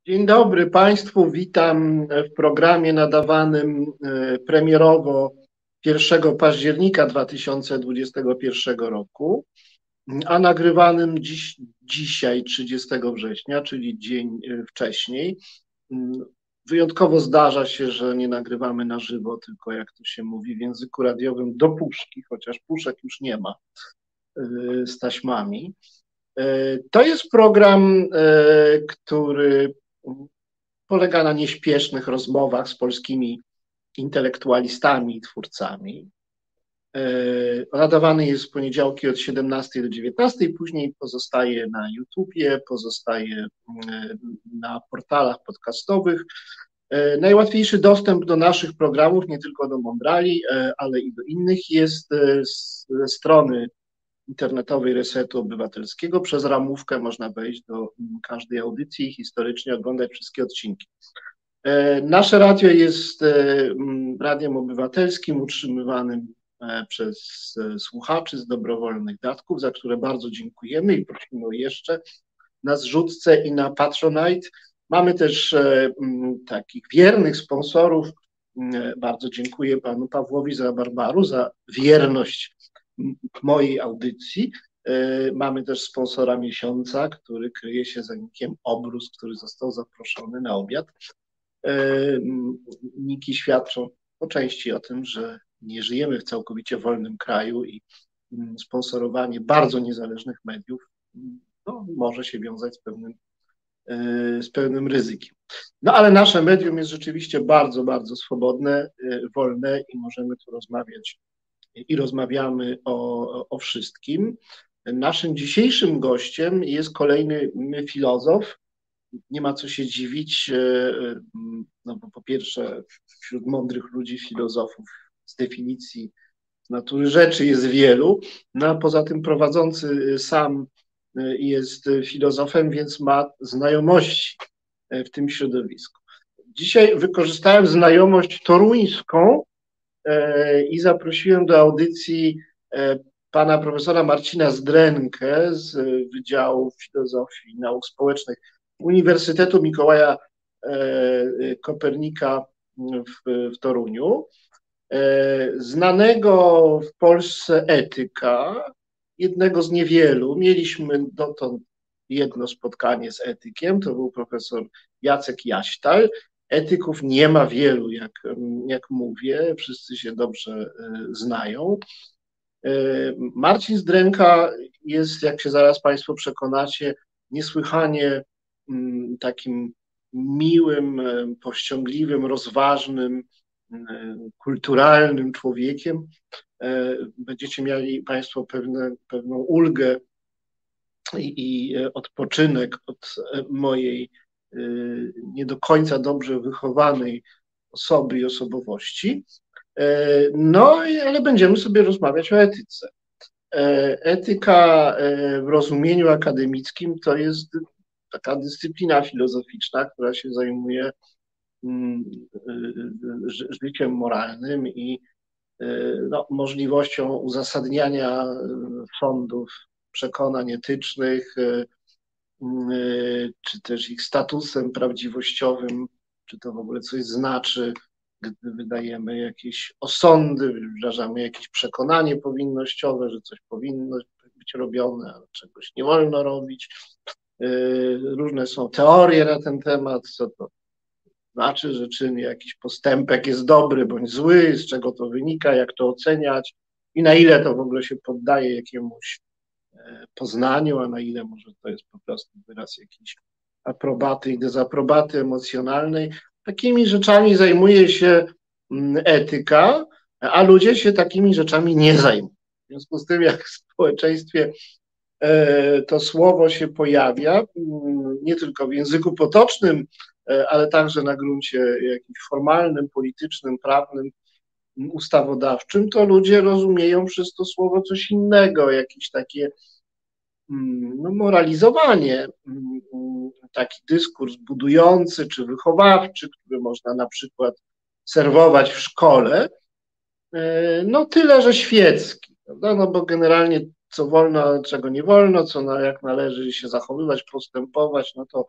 Dzień dobry Państwu, witam w programie nadawanym premierowo 1 października 2021 roku, a nagrywanym dzisiaj 30 września, czyli dzień wcześniej. Wyjątkowo zdarza się, że nie nagrywamy na żywo, tylko jak to się mówi w języku radiowym do puszki, chociaż puszek już nie ma z taśmami. To jest program, który polega na nieśpiesznych rozmowach z polskimi intelektualistami i twórcami. Nadawany jest w poniedziałki od 17 do 19, później pozostaje na YouTubie, pozostaje na portalach podcastowych. Najłatwiejszy dostęp do naszych programów, nie tylko do Mondrali, ale i do innych, jest ze strony internetowej Resetu Obywatelskiego. Przez ramówkę można wejść do każdej audycji i historycznie oglądać wszystkie odcinki. Nasze radio jest radiem obywatelskim utrzymywanym przez słuchaczy z dobrowolnych datków, za które bardzo dziękujemy i prosimy o jeszcze na zrzutce i na Patronite. Mamy też takich wiernych sponsorów. Bardzo dziękuję panu Pawłowi Zabarbaru za wierność mojej audycji. Mamy też sponsora miesiąca, który kryje się za nickiem Obrus, który został zaproszony na obiad. Niki świadczą po części o tym, że nie żyjemy w całkowicie wolnym kraju i sponsorowanie bardzo niezależnych mediów może się wiązać z pewnym ryzykiem. No ale nasze medium jest rzeczywiście bardzo, bardzo swobodne, wolne i możemy tu rozmawiać i rozmawiamy o wszystkim. Naszym dzisiejszym gościem jest kolejny filozof. Nie ma co się dziwić, no bo po pierwsze wśród mądrych ludzi filozofów z definicji natury rzeczy jest wielu, no a poza tym prowadzący sam jest filozofem, więc ma znajomości w tym środowisku. Dzisiaj wykorzystałem znajomość toruńską i zaprosiłem do audycji pana profesora Marcina Zdrękę z Wydziału Filozofii i Nauk Społecznych Uniwersytetu Mikołaja Kopernika w Toruniu, znanego w Polsce etyka, jednego z niewielu. Mieliśmy dotąd jedno spotkanie z etykiem, to był profesor Jacek Jaśtal. Etyków nie ma wielu, jak mówię, wszyscy się dobrze znają. Marcin Zdręka jest, jak się zaraz Państwo przekonacie, niesłychanie takim miłym, powściągliwym, rozważnym, kulturalnym człowiekiem. Będziecie mieli Państwo pewną ulgę i odpoczynek od mojej nie do końca dobrze wychowanej osoby i osobowości. No, ale będziemy sobie rozmawiać o etyce. Etyka w rozumieniu akademickim to jest taka dyscyplina filozoficzna, która się zajmuje życiem moralnym i możliwością uzasadniania sądów, przekonań etycznych, czy też ich statusem prawdziwościowym, czy to w ogóle coś znaczy, gdy wydajemy jakieś osądy, wyrażamy jakieś przekonanie powinnościowe, że coś powinno być robione, a czegoś nie wolno robić. Różne są teorie na ten temat, co to znaczy, że czyn, jakiś postępek jest dobry bądź zły, z czego to wynika, jak to oceniać i na ile to w ogóle się poddaje jakiemuś poznaniu, a na ile może to jest po prostu wyraz jakiejś aprobaty i dezaprobaty emocjonalnej. Takimi rzeczami zajmuje się etyka, a ludzie się takimi rzeczami nie zajmują. W związku z tym, jak w społeczeństwie to słowo się pojawia, nie tylko w języku potocznym, ale także na gruncie jakimś formalnym, politycznym, prawnym, ustawodawczym, to ludzie rozumieją przez to słowo coś innego, jakieś takie moralizowanie, taki dyskurs budujący czy wychowawczy, który można na przykład serwować w szkole, no tyle, że świecki, prawda? No bo generalnie co wolno, a czego nie wolno, jak należy się zachowywać, postępować, no to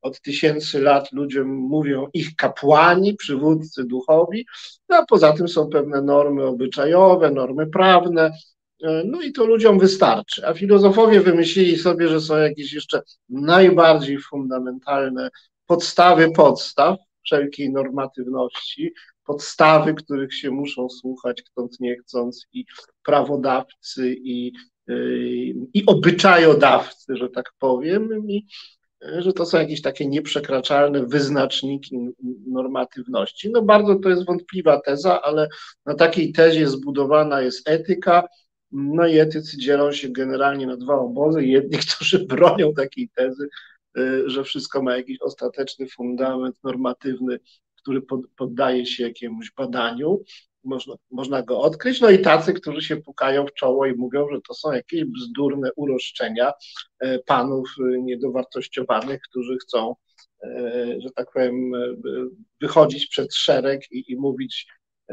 od tysięcy lat ludziom mówią ich kapłani, przywódcy duchowi, a poza tym są pewne normy obyczajowe, normy prawne, no i to ludziom wystarczy. A filozofowie wymyślili sobie, że są jakieś jeszcze najbardziej fundamentalne podstawy podstaw wszelkiej normatywności, podstawy, których się muszą słuchać chcąc nie chcąc i prawodawcy, i obyczajodawcy, że tak powiem, i że to są jakieś takie nieprzekraczalne wyznaczniki normatywności. No bardzo to jest wątpliwa teza, ale na takiej tezie zbudowana jest etyka. No i etycy dzielą się generalnie na dwa obozy. Jedni, którzy bronią takiej tezy, że wszystko ma jakiś ostateczny fundament normatywny, który poddaje się jakiemuś badaniu, można go odkryć, no i tacy, którzy się pukają w czoło i mówią, że to są jakieś bzdurne uroszczenia panów niedowartościowanych, którzy chcą, że tak powiem, wychodzić przed szereg i mówić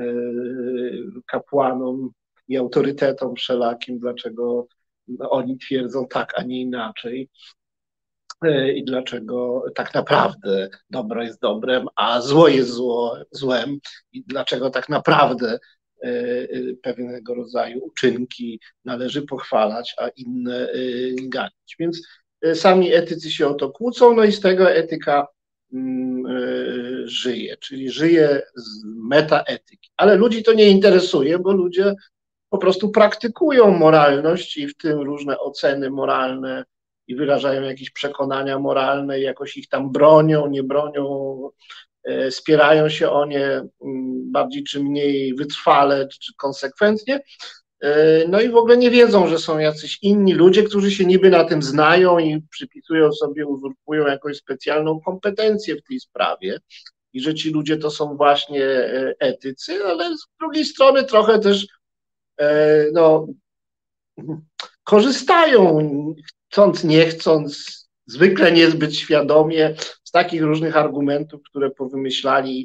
kapłanom i autorytetom wszelakim, dlaczego oni twierdzą tak, a nie inaczej. I dlaczego tak naprawdę dobro jest dobrem, a zło jest złem i dlaczego tak naprawdę pewnego rodzaju uczynki należy pochwalać, a inne ganić. Więc sami etycy się o to kłócą, no i z tego etyka żyje, czyli żyje z metaetyki. Ale ludzi to nie interesuje, bo ludzie po prostu praktykują moralność i w tym różne oceny moralne i wyrażają jakieś przekonania moralne, jakoś ich tam bronią, nie bronią, spierają się o nie bardziej czy mniej wytrwale czy konsekwentnie. No i w ogóle nie wiedzą, że są jacyś inni ludzie, którzy się niby na tym znają i przypisują sobie, uzurpują jakąś specjalną kompetencję w tej sprawie i że ci ludzie to są właśnie etycy, ale z drugiej strony trochę też no, korzystają, chcąc, nie chcąc, zwykle niezbyt świadomie z takich różnych argumentów, które powymyślali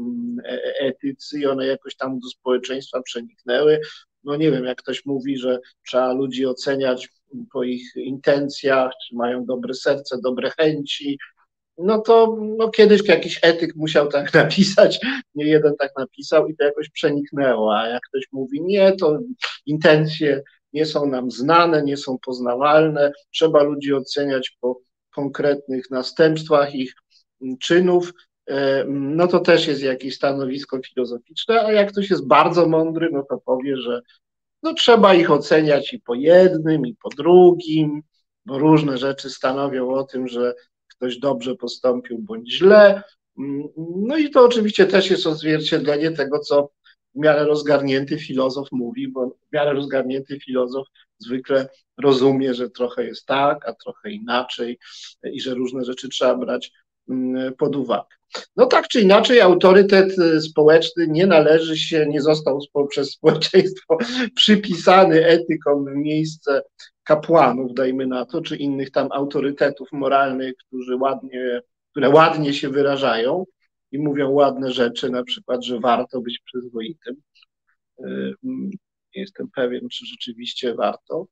etycy i one jakoś tam do społeczeństwa przeniknęły. No nie wiem, jak ktoś mówi, że trzeba ludzi oceniać po ich intencjach, czy mają dobre serce, dobre chęci, no to kiedyś jakiś etyk musiał tak napisać, nie jeden tak napisał i to jakoś przeniknęło, a jak ktoś mówi nie, to intencje nie są nam znane, nie są poznawalne, trzeba ludzi oceniać po konkretnych następstwach ich czynów, no to też jest jakieś stanowisko filozoficzne, a jak ktoś jest bardzo mądry, no to powie, że no trzeba ich oceniać i po jednym, i po drugim, bo różne rzeczy stanowią o tym, że ktoś dobrze postąpił bądź źle. No i to oczywiście też jest odzwierciedlenie tego, co w miarę rozgarnięty filozof mówi, bo w miarę rozgarnięty filozof zwykle rozumie, że trochę jest tak, a trochę inaczej i że różne rzeczy trzeba brać pod uwagę. No tak czy inaczej autorytet społeczny nie należy się, nie został przez społeczeństwo przypisany etykom w miejsce kapłanów, dajmy na to, czy innych tam autorytetów moralnych, które ładnie się wyrażają i mówią ładne rzeczy, na przykład, że warto być przyzwoitym. Nie jestem pewien, czy rzeczywiście warto.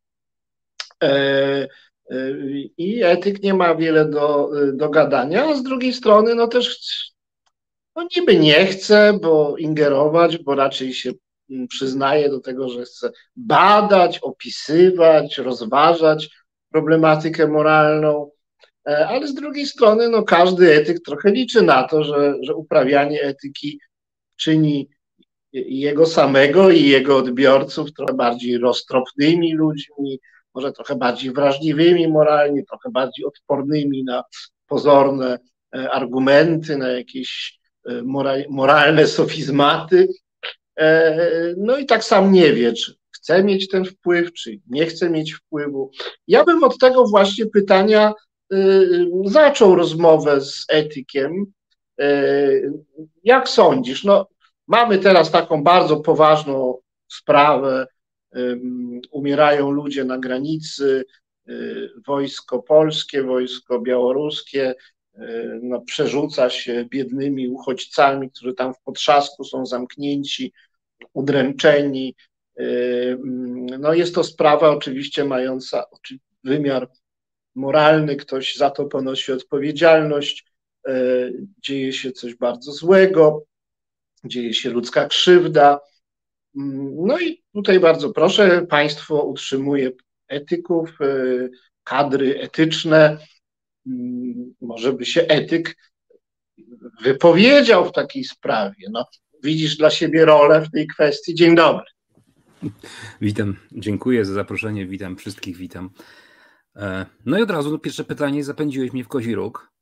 I etyk nie ma wiele do gadania, a z drugiej strony no też niby nie chce, bo ingerować, bo raczej się przyznaje do tego, że chce badać, opisywać, rozważać problematykę moralną, ale z drugiej strony no każdy etyk trochę liczy na to, że uprawianie etyki czyni jego samego i jego odbiorców trochę bardziej roztropnymi ludźmi, może trochę bardziej wrażliwymi moralnie, trochę bardziej odpornymi na pozorne argumenty, na jakieś moralne sofizmaty. No i tak sam nie wie, czy chce mieć ten wpływ, czy nie chce mieć wpływu. Ja bym od tego właśnie pytania zaczął rozmowę z etykiem. Jak sądzisz? No, mamy teraz taką bardzo poważną sprawę. Umierają ludzie na granicy, wojsko polskie, wojsko białoruskie no, przerzuca się biednymi uchodźcami, którzy tam w potrzasku są zamknięci, udręczeni. No, jest to sprawa oczywiście mająca wymiar moralny, ktoś za to ponosi odpowiedzialność, dzieje się coś bardzo złego, dzieje się ludzka krzywda. No i tutaj bardzo proszę, państwo utrzymuje etyków, kadry etyczne. Może by się etyk wypowiedział w takiej sprawie. No, widzisz dla siebie rolę w tej kwestii. Dzień dobry. Witam, dziękuję za zaproszenie, witam wszystkich, witam. No i od razu pierwsze pytanie, zapędziłeś mnie w kozi róg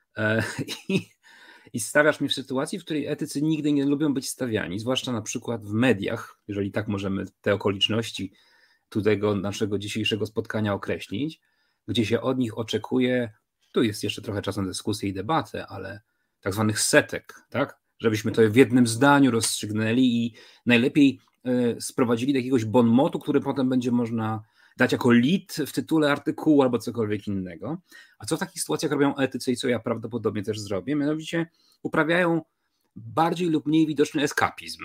i stawiasz mnie w sytuacji, w której etycy nigdy nie lubią być stawiani, zwłaszcza na przykład w mediach, jeżeli tak możemy te okoliczności tego naszego dzisiejszego spotkania określić, gdzie się od nich oczekuje, tu jest jeszcze trochę czasu na dyskusję i debatę, ale tak zwanych setek, tak? Żebyśmy to w jednym zdaniu rozstrzygnęli i najlepiej sprowadzili do jakiegoś bonmotu, który potem będzie można dać jako lead w tytule artykułu albo cokolwiek innego. A co w takich sytuacjach robią etycy i co ja prawdopodobnie też zrobię? Mianowicie uprawiają bardziej lub mniej widoczny eskapizm.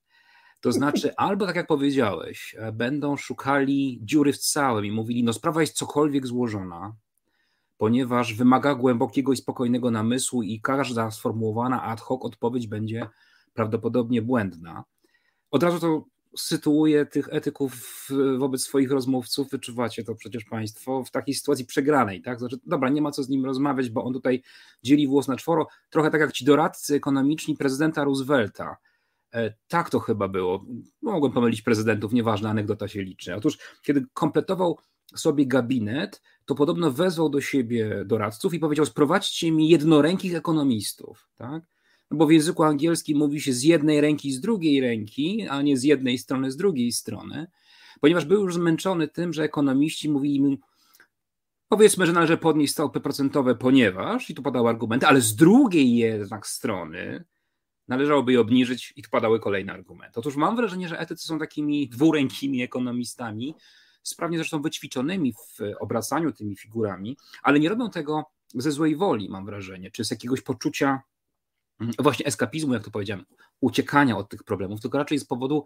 To znaczy, albo tak jak powiedziałeś, będą szukali dziury w całym i mówili, no sprawa jest cokolwiek złożona, ponieważ wymaga głębokiego i spokojnego namysłu i każda sformułowana ad hoc odpowiedź będzie prawdopodobnie błędna. Od razu to sytuuje tych etyków wobec swoich rozmówców, wyczuwacie to przecież państwo, w takiej sytuacji przegranej, tak? Znaczy, dobra, nie ma co z nim rozmawiać, bo on tutaj dzieli włos na czworo, trochę tak jak ci doradcy ekonomiczni prezydenta Roosevelta. Tak to chyba było. Mogłem pomylić prezydentów, nieważne, anegdota się liczy. Otóż, kiedy kompletował sobie gabinet, to podobno wezwał do siebie doradców i powiedział, sprowadźcie mi jednorękich ekonomistów, tak? No bo w języku angielskim mówi się z jednej ręki, z drugiej ręki, a nie z jednej strony, z drugiej strony, ponieważ był już zmęczony tym, że ekonomiści mówili mu, powiedzmy, że należy podnieść stopy procentowe, ponieważ, i tu padały argumenty, ale z drugiej jednak strony należałoby je obniżyć i tu padały kolejne argumenty. Otóż mam wrażenie, że etycy są takimi dwurękimi ekonomistami, sprawnie zresztą wyćwiczonymi w obracaniu tymi figurami, ale nie robią tego ze złej woli, mam wrażenie, czy z jakiegoś poczucia właśnie eskapizmu, jak to powiedziałem, uciekania od tych problemów, tylko raczej z powodu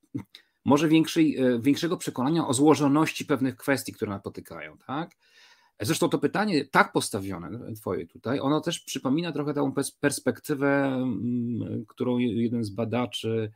może większego przekonania o złożoności pewnych kwestii, które napotykają, tak? Zresztą to pytanie tak postawione, twoje tutaj, ono też przypomina trochę tą perspektywę, którą jeden z badaczy,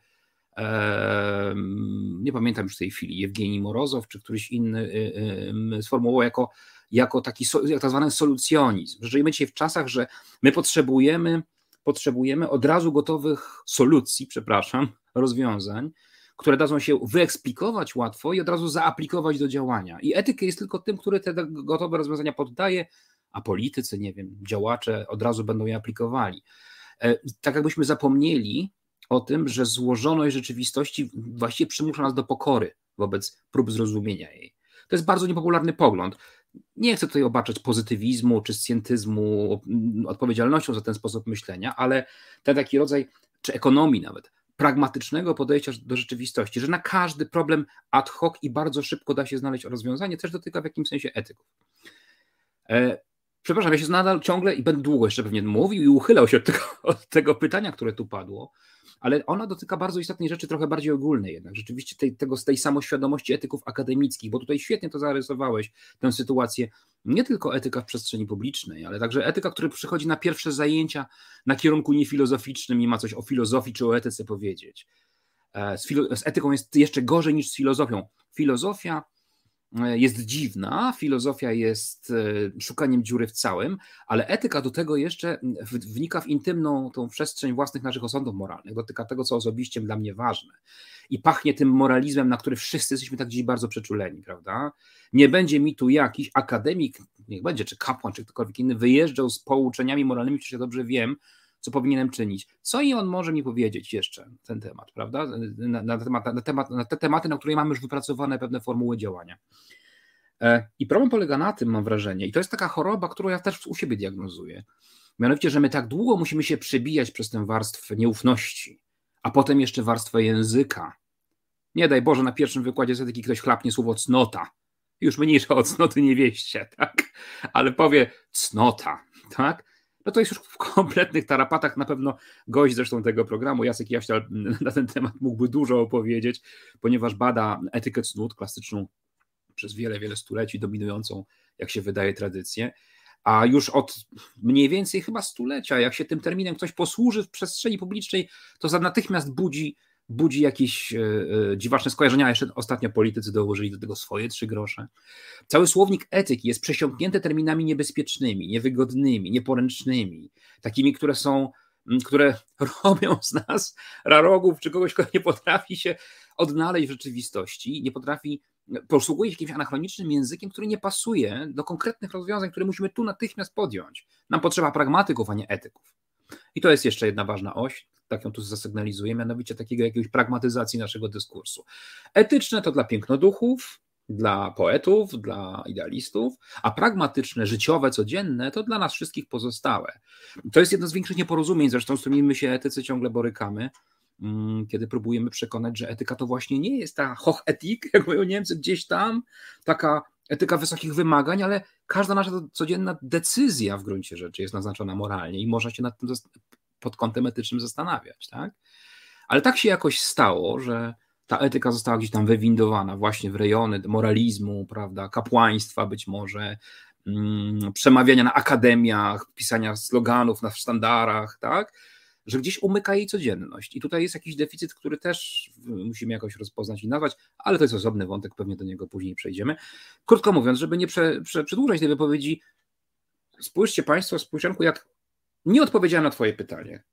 nie pamiętam już w tej chwili, Jewgenij Morozow czy któryś inny sformułował jako taki tak zwany solucjonizm. Że żyjemy dzisiaj w czasach, że my potrzebujemy od razu gotowych solucji, rozwiązań, które dadzą się wyeksplikować łatwo i od razu zaaplikować do działania. I etyka jest tylko tym, który te gotowe rozwiązania poddaje, a politycy, nie wiem, działacze od razu będą je aplikowali. Tak jakbyśmy zapomnieli o tym, że złożoność rzeczywistości właściwie przymusza nas do pokory wobec prób zrozumienia jej. To jest bardzo niepopularny pogląd. Nie chcę tutaj obarczać pozytywizmu czy scjentyzmu odpowiedzialnością za ten sposób myślenia, ale ten taki rodzaj, czy ekonomii nawet, pragmatycznego podejścia do rzeczywistości, że na każdy problem ad hoc i bardzo szybko da się znaleźć rozwiązanie, też dotyka w jakimś sensie etyków. Przepraszam, ja się nadal ciągle i będę długo jeszcze pewnie mówił i uchylał się od tego pytania, które tu padło, ale ona dotyka bardzo istotnej rzeczy, trochę bardziej ogólnej jednak, rzeczywiście tej samoświadomości etyków akademickich, bo tutaj świetnie to zarysowałeś, tę sytuację, nie tylko etyka w przestrzeni publicznej, ale także etyka, która przychodzi na pierwsze zajęcia na kierunku niefilozoficznym i ma coś o filozofii czy o etyce powiedzieć. Z etyką jest jeszcze gorzej niż z filozofią. Filozofia jest dziwna, filozofia jest szukaniem dziury w całym, ale etyka do tego jeszcze wnika w intymną tą przestrzeń własnych naszych osądów moralnych, dotyka tego, co osobiście dla mnie ważne i pachnie tym moralizmem, na który wszyscy jesteśmy tak dziś bardzo przeczuleni, prawda? Nie będzie mi tu jakiś akademik, niech będzie, czy kapłan, czy ktokolwiek inny, wyjeżdżał z pouczeniami moralnymi, przecież ja dobrze wiem, co powinienem czynić. Co i on może mi powiedzieć jeszcze na ten temat, prawda? Na te tematy, na które mamy już wypracowane pewne formuły działania. I problem polega na tym, mam wrażenie, i to jest taka choroba, którą ja też u siebie diagnozuję, mianowicie, że my tak długo musimy się przebijać przez tę warstwę nieufności, a potem jeszcze warstwę języka. Nie daj Boże, na pierwszym wykładzie z etyki ktoś chlapnie słowo cnota. Już mniejsza od cnoty niewieście, tak? Ale powie cnota, tak? No to jest już w kompletnych tarapatach, na pewno gość zresztą tego programu, Jacek Jaśtal, na ten temat mógłby dużo opowiedzieć, ponieważ bada etykę cnót, klasyczną przez wiele, wiele stuleci dominującą jak się wydaje, tradycję, a już od mniej więcej chyba stulecia, jak się tym terminem ktoś posłuży w przestrzeni publicznej, to natychmiast budzi jakieś dziwaczne skojarzenia. Jeszcze ostatnio politycy dołożyli do tego swoje 3 grosze. Cały słownik etyki jest przesiąknięty terminami niebezpiecznymi, niewygodnymi, nieporęcznymi, takimi, które robią z nas rarogów, czy kogoś, kto nie potrafi się odnaleźć w rzeczywistości, nie potrafi, posługuje się jakimś anachronicznym językiem, który nie pasuje do konkretnych rozwiązań, które musimy tu natychmiast podjąć. Nam potrzeba pragmatyków, a nie etyków. I to jest jeszcze jedna ważna oś, tak ją tu zasygnalizuję, mianowicie takiego jakiegoś pragmatyzacji naszego dyskursu. Etyczne to dla pięknoduchów, dla poetów, dla idealistów, a pragmatyczne, życiowe, codzienne to dla nas wszystkich pozostałe. To jest jedno z większych nieporozumień, zresztą z którymi my się etycy ciągle borykamy, kiedy próbujemy przekonać, że etyka to właśnie nie jest ta Hochethik, jak mówią Niemcy, gdzieś tam, taka etyka wysokich wymagań, ale każda nasza codzienna decyzja w gruncie rzeczy jest naznaczona moralnie i można się nad tym pod kątem etycznym zastanawiać. Tak? Ale tak się jakoś stało, że ta etyka została gdzieś tam wywindowana właśnie w rejony moralizmu, prawda, kapłaństwa być może, przemawiania na akademiach, pisania sloganów na sztandarach, tak? Że gdzieś umyka jej codzienność. I tutaj jest jakiś deficyt, który też musimy jakoś rozpoznać i nazwać, ale to jest osobny wątek, pewnie do niego później przejdziemy. Krótko mówiąc, żeby nie przedłużać tej wypowiedzi, spójrzcie Państwo z początku, jak nie odpowiedziałem na Twoje pytanie.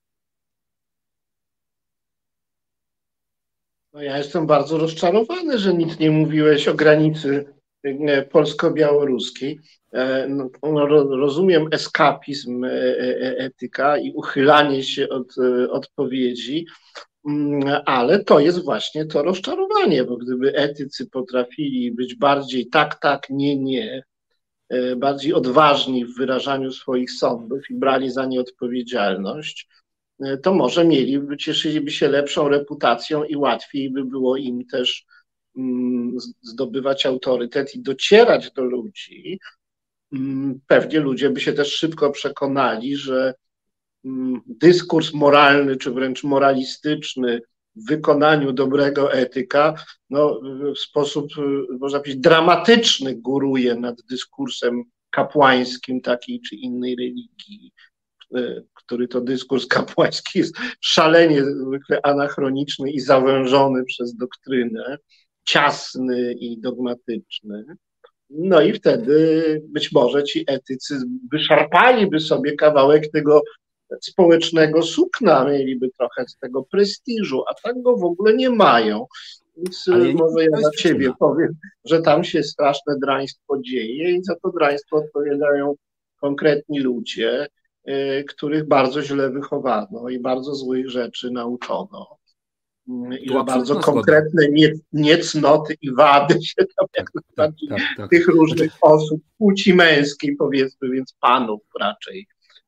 No ja jestem bardzo rozczarowany, że nic nie mówiłeś o granicy polsko-białoruskiej. Rozumiem eskapizm etyka i uchylanie się od odpowiedzi, ale to jest właśnie to rozczarowanie, bo gdyby etycy potrafili być bardziej tak, tak, nie, nie, bardziej odważni w wyrażaniu swoich sądów i brali za nie odpowiedzialność, to może cieszyliby się lepszą reputacją i łatwiej by było im też zdobywać autorytet i docierać do ludzi. Pewnie ludzie by się też szybko przekonali, że dyskurs moralny, czy wręcz moralistyczny w wykonaniu dobrego etyka w sposób, można powiedzieć, dramatyczny góruje nad dyskursem kapłańskim takiej czy innej religii, który to dyskurs kapłański jest szalenie zwykle anachroniczny i zawężony przez doktrynę, ciasny i dogmatyczny. No i wtedy być może ci etycy wyszarpaliby sobie kawałek tego społecznego sukna, mieliby trochę z tego prestiżu, a tak go w ogóle nie mają. Więc może ja dla ciebie powiem, że tam się straszne draństwo dzieje i za to draństwo odpowiadają konkretni ludzie, których bardzo źle wychowano i bardzo złych rzeczy nauczono. I że bardzo konkretne niecnoty i wady się tam jak najbardziej tych różnych osób płci męskiej, powiedzmy, więc panów raczej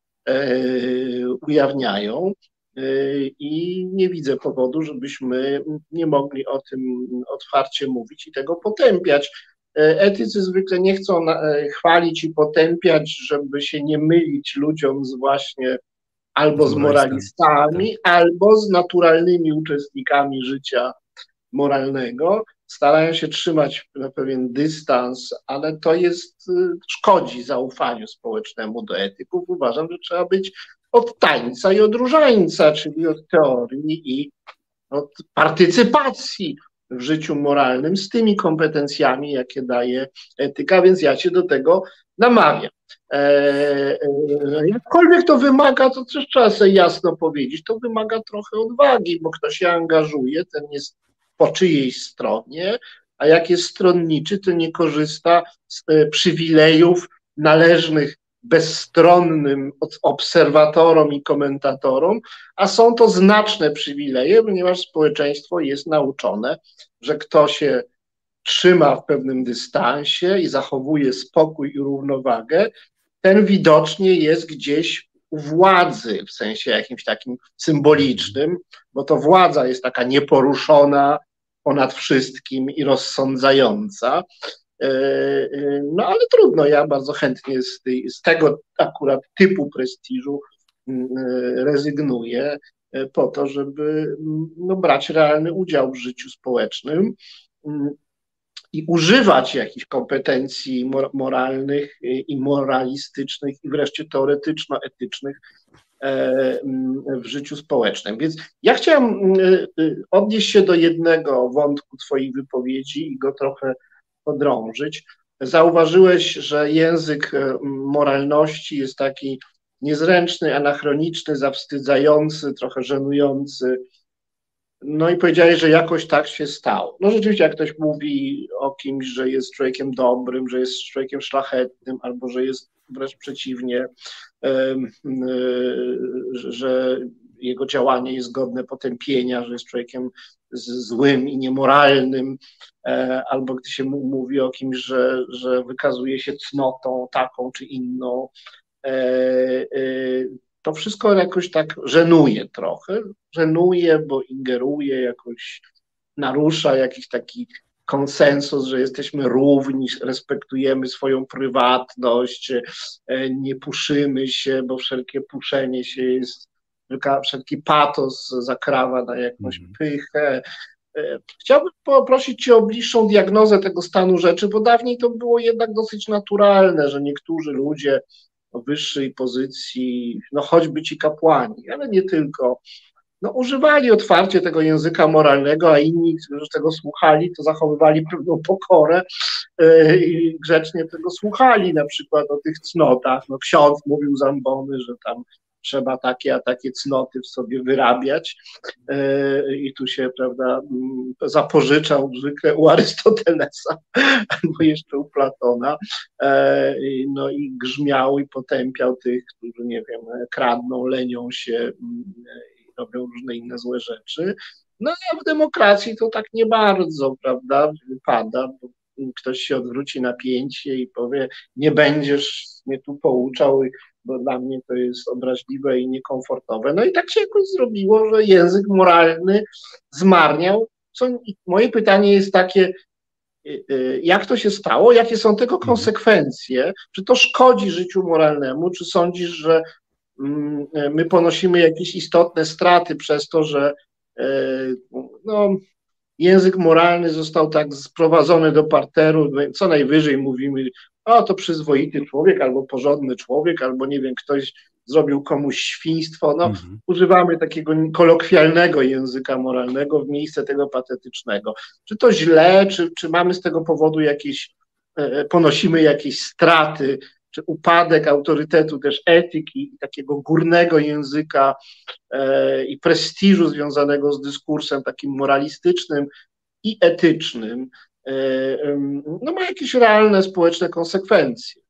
ujawniają. I nie widzę powodu, żebyśmy nie mogli o tym otwarcie mówić i tego potępiać. Etycy zwykle nie chcą chwalić i potępiać, żeby się nie mylić ludziom z właśnie albo z moralistami, albo z naturalnymi uczestnikami życia moralnego. Starają się trzymać na pewien dystans, ale to szkodzi zaufaniu społecznemu do etyków. Uważam, że trzeba być od tańca i od różańca, czyli od teorii i od partycypacji w życiu moralnym z tymi kompetencjami, jakie daje etyka, więc ja cię do tego namawiam. Jakkolwiek to wymaga, to też trzeba sobie jasno powiedzieć, to wymaga trochę odwagi, bo kto się angażuje, ten jest po czyjejś stronie, a jak jest stronniczy, to nie korzysta z przywilejów należnych bezstronnym obserwatorom i komentatorom, a są to znaczne przywileje, ponieważ społeczeństwo jest nauczone, że kto się trzyma w pewnym dystansie i zachowuje spokój i równowagę, ten widocznie jest gdzieś u władzy, w sensie jakimś takim symbolicznym, bo to władza jest taka nieporuszona ponad wszystkim i rozsądzająca. No ale trudno, ja bardzo chętnie z tego akurat typu prestiżu rezygnuję po to, żeby brać realny udział w życiu społecznym. i używać jakichś kompetencji moralnych i moralistycznych i wreszcie teoretyczno-etycznych w życiu społecznym. Więc ja chciałem odnieść się do jednego wątku twojej wypowiedzi i go trochę podrążyć. Zauważyłeś, że język moralności jest taki niezręczny, anachroniczny, zawstydzający, trochę żenujący. No i powiedziałeś, że jakoś tak się stało. No rzeczywiście, jak ktoś mówi o kimś, że jest człowiekiem dobrym, że jest człowiekiem szlachetnym, albo że jest wręcz przeciwnie, że jego działanie jest godne potępienia, że jest człowiekiem złym i niemoralnym, albo gdy się mówi o kimś, że wykazuje się cnotą taką czy inną, to wszystko jakoś tak żenuje trochę. Żenuje, bo ingeruje, jakoś narusza jakiś taki konsensus, że jesteśmy równi, respektujemy swoją prywatność, nie puszymy się, bo wszelkie puszenie się jest, wszelki patos zakrawa na jakąś pychę. Chciałbym poprosić Cię o bliższą diagnozę tego stanu rzeczy, bo dawniej to było jednak dosyć naturalne, że niektórzy ludzie o wyższej pozycji, no choćby ci kapłani, ale nie tylko, no używali otwarcie tego języka moralnego, a inni, którzy tego słuchali, to zachowywali pewną pokorę i grzecznie tego słuchali, na przykład o tych cnotach. No ksiądz mówił z ambony, że tam trzeba takie, a takie cnoty w sobie wyrabiać i tu się, prawda, zapożyczał zwykle u Arystotelesa albo jeszcze u Platona, no i grzmiał i potępiał tych, którzy, nie wiem, kradną, lenią się, robią różne inne złe rzeczy. No a w demokracji to tak nie bardzo, prawda, wypada, bo ktoś się odwróci na pięcie i powie, nie będziesz mnie tu pouczał, bo dla mnie to jest obraźliwe i niekomfortowe. No i tak się jakoś zrobiło, że język moralny zmarniał. Moje pytanie jest takie, jak to się stało, jakie są tego konsekwencje, czy to szkodzi życiu moralnemu, czy sądzisz, że my ponosimy jakieś istotne straty przez to, że no, język moralny został tak sprowadzony do parteru, co najwyżej mówimy, o to przyzwoity człowiek, albo porządny człowiek, albo nie wiem, ktoś zrobił komuś świństwo. No, używamy takiego kolokwialnego języka moralnego w miejsce tego patetycznego. Czy to źle, czy mamy z tego powodu ponosimy jakieś straty, czy upadek autorytetu też etyki, takiego górnego języka i prestiżu związanego z dyskursem takim moralistycznym i etycznym, no ma jakieś realne społeczne konsekwencje.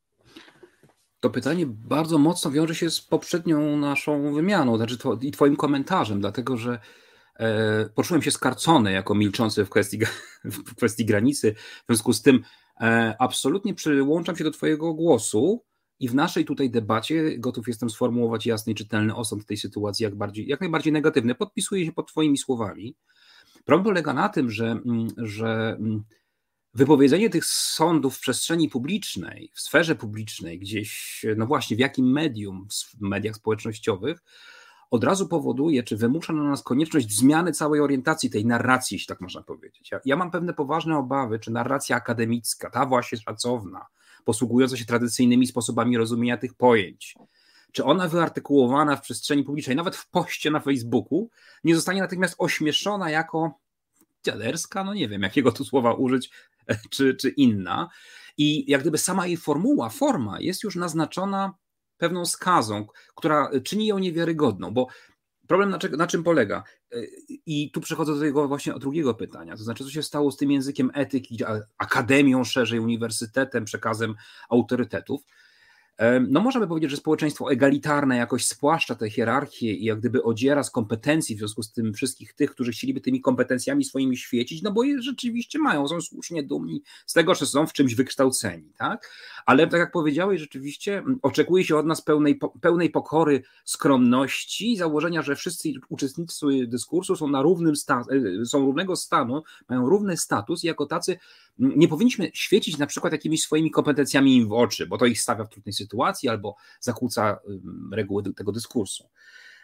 To pytanie bardzo mocno wiąże się z poprzednią naszą wymianą, znaczy i twoim komentarzem, dlatego że poczułem się skarcony jako milczący w kwestii granicy. W związku z tym absolutnie przyłączam się do twojego głosu i w naszej tutaj debacie gotów jestem sformułować jasny i czytelny osąd tej sytuacji jak najbardziej negatywny. Podpisuję się pod twoimi słowami. Problem polega na tym, że wypowiedzenie tych sądów w przestrzeni publicznej, w sferze publicznej, gdzieś, no właśnie w jakim medium, w mediach społecznościowych, od razu powoduje, czy wymusza na nas konieczność zmiany całej orientacji tej narracji, jeśli tak można powiedzieć. Ja mam pewne poważne obawy, czy narracja akademicka, ta właśnie szacowna, posługująca się tradycyjnymi sposobami rozumienia tych pojęć, czy ona wyartykułowana w przestrzeni publicznej, nawet w poście na Facebooku, nie zostanie natychmiast ośmieszona jako dziaderska, no nie wiem, jakiego tu słowa użyć, czy inna. I jak gdyby sama jej forma jest już naznaczona pewną skazą, która czyni ją niewiarygodną, bo problem na czym polega? I tu przechodzę do tego właśnie drugiego pytania, to znaczy co się stało z tym językiem etyki, akademią szerzej, uniwersytetem, przekazem autorytetów. No możemy powiedzieć, że społeczeństwo egalitarne jakoś spłaszcza tę hierarchię i jak gdyby odziera z kompetencji w związku z tym wszystkich tych, którzy chcieliby tymi kompetencjami swoimi świecić, no bo je rzeczywiście mają, są słusznie dumni z tego, że są w czymś wykształceni, tak? Ale tak jak powiedziałeś, rzeczywiście oczekuje się od nas pełnej pokory, skromności i założenia, że wszyscy uczestnicy dyskursu są są równego stanu, mają równy status i jako tacy nie powinniśmy świecić na przykład jakimiś swoimi kompetencjami im w oczy, bo to ich stawia w trudnej sytuacji albo zakłóca reguły tego dyskursu.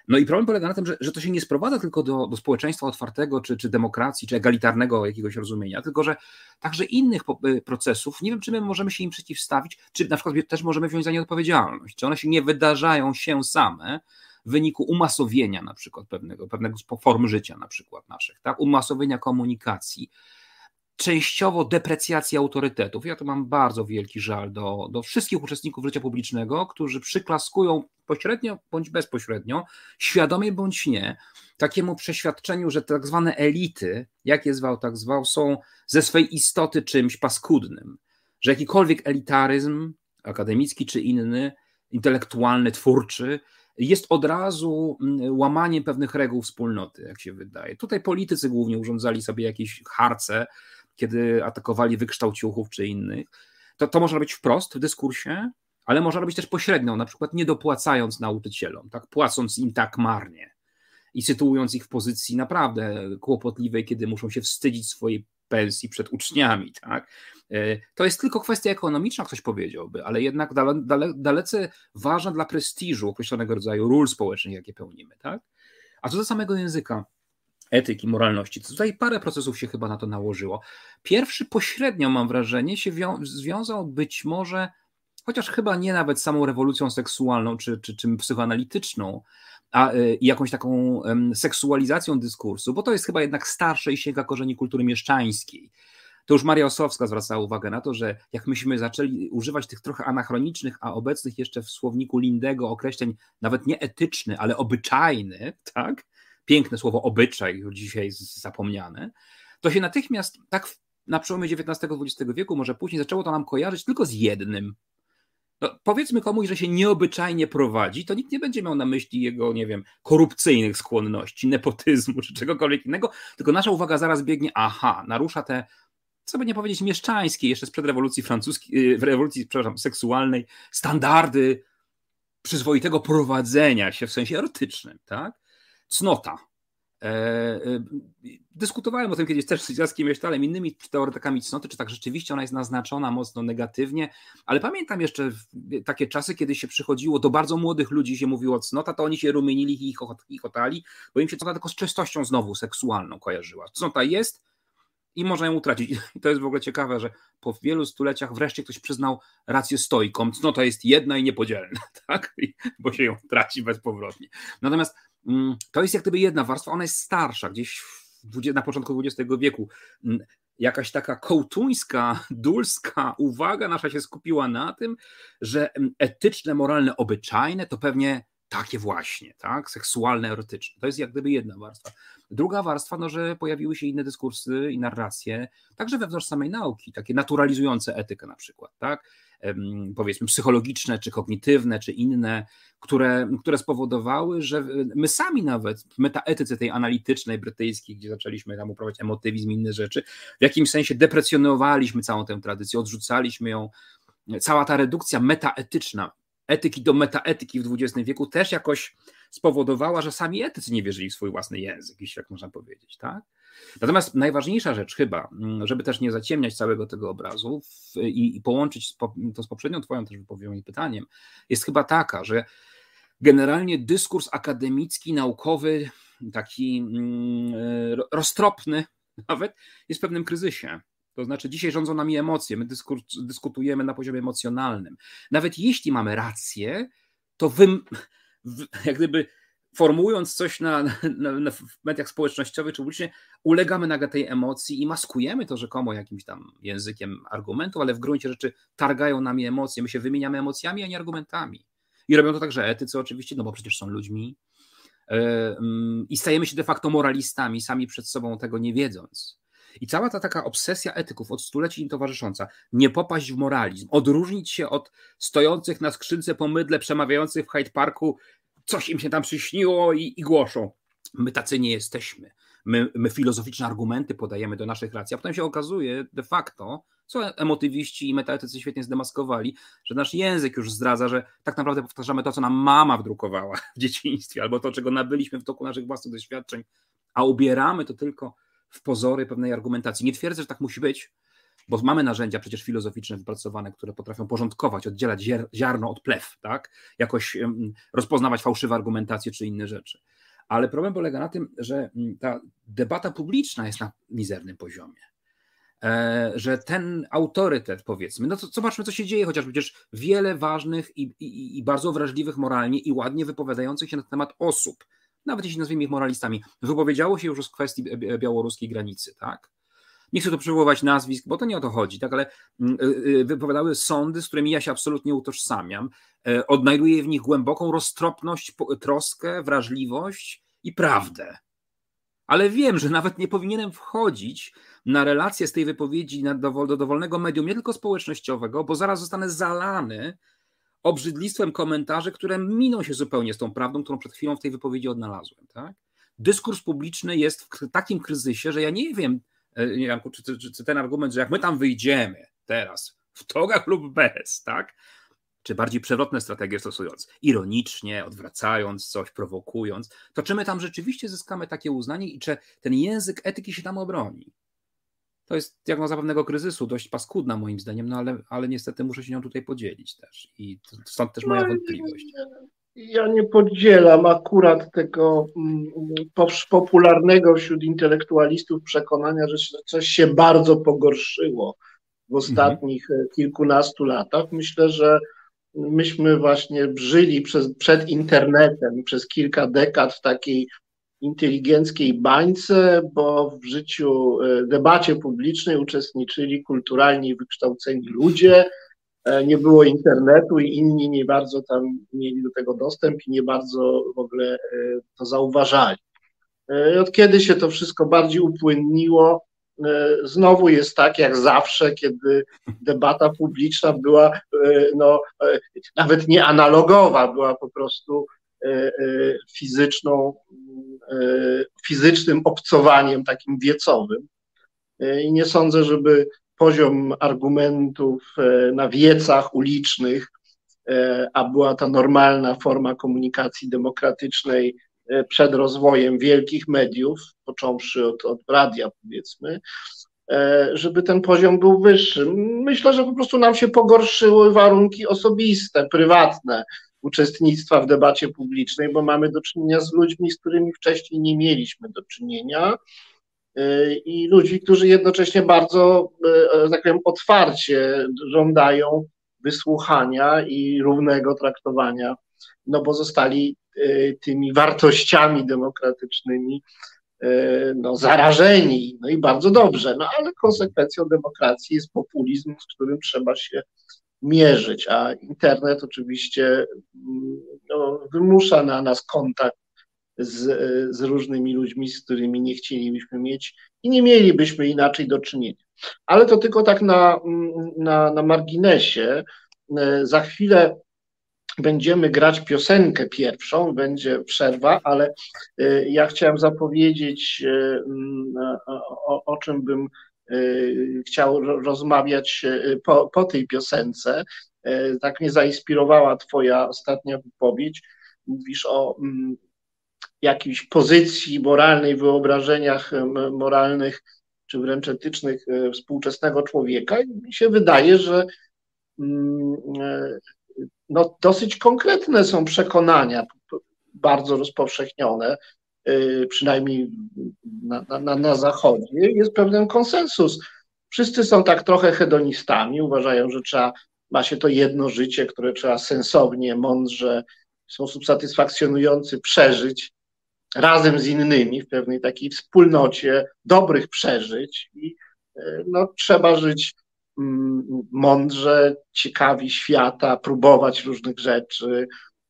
No i problem polega na tym, że to się nie sprowadza tylko do społeczeństwa otwartego, czy demokracji, czy egalitarnego jakiegoś rozumienia, tylko że także innych procesów, nie wiem, czy my możemy się im przeciwstawić, czy na przykład też możemy wziąć za nie odpowiedzialność, czy one się nie wydarzają się same w wyniku umasowienia na przykład pewnego form życia na przykład naszych, tak? Umasowienia komunikacji, częściowo deprecjacji autorytetów. Ja tu mam bardzo wielki żal do wszystkich uczestników życia publicznego, którzy przyklaskują pośrednio bądź bezpośrednio, świadomie bądź nie, takiemu przeświadczeniu, że tak zwane elity, jak je zwał, tak zwał, są ze swej istoty czymś paskudnym, że jakikolwiek elitaryzm akademicki czy inny, intelektualny, twórczy, jest od razu łamaniem pewnych reguł wspólnoty, jak się wydaje. Tutaj politycy głównie urządzali sobie jakieś harce, kiedy atakowali wykształciuchów czy innych. To można robić wprost w dyskursie, ale można robić też pośrednio, na przykład nie dopłacając nauczycielom, tak, płacąc im tak marnie i sytuując ich w pozycji naprawdę kłopotliwej, kiedy muszą się wstydzić swojej pensji przed uczniami. Tak? To jest tylko kwestia ekonomiczna, ktoś powiedziałby, ale jednak dalece ważna dla prestiżu określonego rodzaju ról społecznych, jakie pełnimy. Tak? A co do samego języka, etyki, moralności, to tutaj parę procesów się chyba na to nałożyło. Pierwszy pośrednio, mam wrażenie, się związał być może, chociaż chyba nie nawet samą rewolucją seksualną czy psychoanalityczną, a jakąś taką seksualizacją dyskursu, bo to jest chyba jednak starsze i sięga korzeni kultury mieszczańskiej. To już Maria Ossowska zwracała uwagę na to, że jak myśmy zaczęli używać tych trochę anachronicznych, a obecnych jeszcze w słowniku Lindego określeń nawet nie etyczny, ale obyczajny, tak? Piękne słowo obyczaj, już dzisiaj zapomniane, to się natychmiast tak na przełomie XIX-XX wieku, może później, zaczęło to nam kojarzyć tylko z jednym. No, powiedzmy komuś, że się nieobyczajnie prowadzi, to nikt nie będzie miał na myśli jego, nie wiem, korupcyjnych skłonności, nepotyzmu czy czegokolwiek innego, tylko nasza uwaga zaraz biegnie, narusza te, co by nie powiedzieć, mieszczańskie, jeszcze sprzed rewolucji francuskiej, rewolucji, seksualnej, standardy przyzwoitego prowadzenia się w sensie erotycznym, tak? Cnota. Dyskutowałem o tym kiedyś też z Jackiem Jaśtalem, innymi teoretykami cnoty, czy tak rzeczywiście ona jest naznaczona mocno negatywnie, ale pamiętam jeszcze takie czasy, kiedy się przychodziło do bardzo młodych ludzi, się mówiło cnota, to oni się rumienili i chichotali, bo im się cnota tylko z czystością znowu seksualną kojarzyła. Cnota jest i można ją utracić. I to jest w ogóle ciekawe, że po wielu stuleciach wreszcie ktoś przyznał rację stoikom. Cnota jest jedna i niepodzielna, tak? Bo się ją traci bezpowrotnie. Natomiast to jest jak gdyby jedna warstwa, ona jest starsza, gdzieś na początku XX wieku. Jakaś taka kołtuńska, dulska uwaga nasza się skupiła na tym, że etyczne, moralne, obyczajne to pewnie takie właśnie, tak? Seksualne, erotyczne. To jest jak gdyby jedna warstwa. Druga warstwa, że pojawiły się inne dyskursy i narracje, także wewnątrz samej nauki, takie naturalizujące etykę na przykład, tak? Powiedzmy psychologiczne, czy kognitywne, czy inne, które spowodowały, że my sami nawet w metaetyce tej analitycznej, brytyjskiej, gdzie zaczęliśmy tam uprawiać emotywizm i inne rzeczy, w jakimś sensie deprecjonowaliśmy całą tę tradycję, odrzucaliśmy ją. Cała ta redukcja metaetyczna, etyki do metaetyki w XX wieku też jakoś spowodowała, że sami etycy nie wierzyli w swój własny język, jeśli tak można powiedzieć, tak? Natomiast najważniejsza rzecz chyba, żeby też nie zaciemniać całego tego obrazu i połączyć to z poprzednią twoją też wypowiedzią i pytaniem, jest chyba taka, że generalnie dyskurs akademicki, naukowy, taki roztropny nawet, jest w pewnym kryzysie. To znaczy dzisiaj rządzą nami emocje, my dyskutujemy na poziomie emocjonalnym. Nawet jeśli mamy rację, to jak gdyby formułując coś w mediach społecznościowych czy publicznie, ulegamy nagle tej emocji i maskujemy to rzekomo jakimś tam językiem argumentów, ale w gruncie rzeczy targają nami emocje. My się wymieniamy emocjami, a nie argumentami. I robią to także etycy oczywiście, no bo przecież są ludźmi. I stajemy się de facto moralistami, sami przed sobą tego nie wiedząc. I cała ta taka obsesja etyków od stuleci im towarzysząca, nie popaść w moralizm, odróżnić się od stojących na skrzynce po mydle, przemawiających w Hyde Parku, coś im się tam przyśniło i głoszą. My tacy nie jesteśmy. My filozoficzne argumenty podajemy do naszych racji, a potem się okazuje de facto, co emotywiści i metaetycy świetnie zdemaskowali, że nasz język już zdradza, że tak naprawdę powtarzamy to, co nam mama wdrukowała w dzieciństwie, albo to, czego nabyliśmy w toku naszych własnych doświadczeń, a ubieramy to tylko w pozory pewnej argumentacji. Nie twierdzę, że tak musi być, bo mamy narzędzia przecież filozoficzne wypracowane, które potrafią porządkować, oddzielać ziarno od plew, tak? Jakoś rozpoznawać fałszywe argumentacje czy inne rzeczy. Ale problem polega na tym, że ta debata publiczna jest na mizernym poziomie. Że ten autorytet, powiedzmy, no to zobaczmy, co się dzieje, chociaż przecież wiele ważnych i bardzo wrażliwych moralnie i ładnie wypowiadających się na temat osób, nawet jeśli nazwijmy ich moralistami, wypowiedziało się już o kwestii białoruskiej granicy, tak? Nie chcę tu przywoływać nazwisk, bo to nie o to chodzi, tak, ale wypowiadały sądy, z którymi ja się absolutnie utożsamiam. Odnajduję w nich głęboką roztropność, troskę, wrażliwość i prawdę. Ale wiem, że nawet nie powinienem wchodzić na relacje z tej wypowiedzi do dowolnego medium, nie tylko społecznościowego, bo zaraz zostanę zalany obrzydlistwem komentarzy, które miną się zupełnie z tą prawdą, którą przed chwilą w tej wypowiedzi odnalazłem. Tak? Dyskurs publiczny jest w takim kryzysie, że ja nie wiem, Janku, czy ten argument, że jak my tam wyjdziemy teraz w togach lub bez, tak? Czy bardziej przewrotne strategie stosując, ironicznie, odwracając coś, prowokując, to czy my tam rzeczywiście zyskamy takie uznanie i czy ten język etyki się tam obroni? To jest diagnoza pewnego kryzysu, dość paskudna moim zdaniem, no ale niestety muszę się nią tutaj podzielić też i stąd też moja wątpliwość. Ja nie podzielam akurat tego popularnego wśród intelektualistów przekonania, że coś się bardzo pogorszyło w ostatnich kilkunastu latach. Myślę, że myśmy właśnie żyli przed internetem przez kilka dekad w takiej inteligenckiej bańce, bo w życiu, debacie publicznej uczestniczyli kulturalni, wykształceni ludzie, nie było internetu i inni nie bardzo tam mieli do tego dostęp i nie bardzo w ogóle to zauważali. Od kiedy się to wszystko bardziej upłynniło, znowu jest tak jak zawsze, kiedy debata publiczna była nawet nie analogowa, była po prostu fizycznym obcowaniem takim wiecowym. I nie sądzę, żeby poziom argumentów na wiecach ulicznych, a była ta normalna forma komunikacji demokratycznej przed rozwojem wielkich mediów, począwszy od radia, powiedzmy, żeby ten poziom był wyższy. Myślę, że po prostu nam się pogorszyły warunki osobiste, prywatne uczestnictwa w debacie publicznej, bo mamy do czynienia z ludźmi, z którymi wcześniej nie mieliśmy do czynienia i ludzi, którzy jednocześnie bardzo, tak powiem, otwarcie żądają wysłuchania i równego traktowania, no bo zostali tymi wartościami demokratycznymi zarażeni, no i bardzo dobrze, no ale konsekwencją demokracji jest populizm, z którym trzeba się mierzyć, a internet oczywiście wymusza na nas kontakt z różnymi ludźmi, z którymi nie chcielibyśmy mieć i nie mielibyśmy inaczej do czynienia. Ale to tylko tak na marginesie. Za chwilę będziemy grać piosenkę pierwszą, będzie przerwa, ale ja chciałem zapowiedzieć, o czym bym chciał rozmawiać po tej piosence. Tak mnie zainspirowała twoja ostatnia wypowiedź. Mówisz o jakiejś pozycji moralnej, wyobrażeniach moralnych czy wręcz etycznych współczesnego człowieka i mi się wydaje, że dosyć konkretne są przekonania, bardzo rozpowszechnione, przynajmniej na Zachodzie, jest pewien konsensus. Wszyscy są tak trochę hedonistami, uważają, że ma się to jedno życie, które trzeba sensownie, mądrze, w sposób satysfakcjonujący przeżyć razem z innymi w pewnej takiej wspólnocie dobrych przeżyć i trzeba żyć mądrze, ciekawi świata, próbować różnych rzeczy,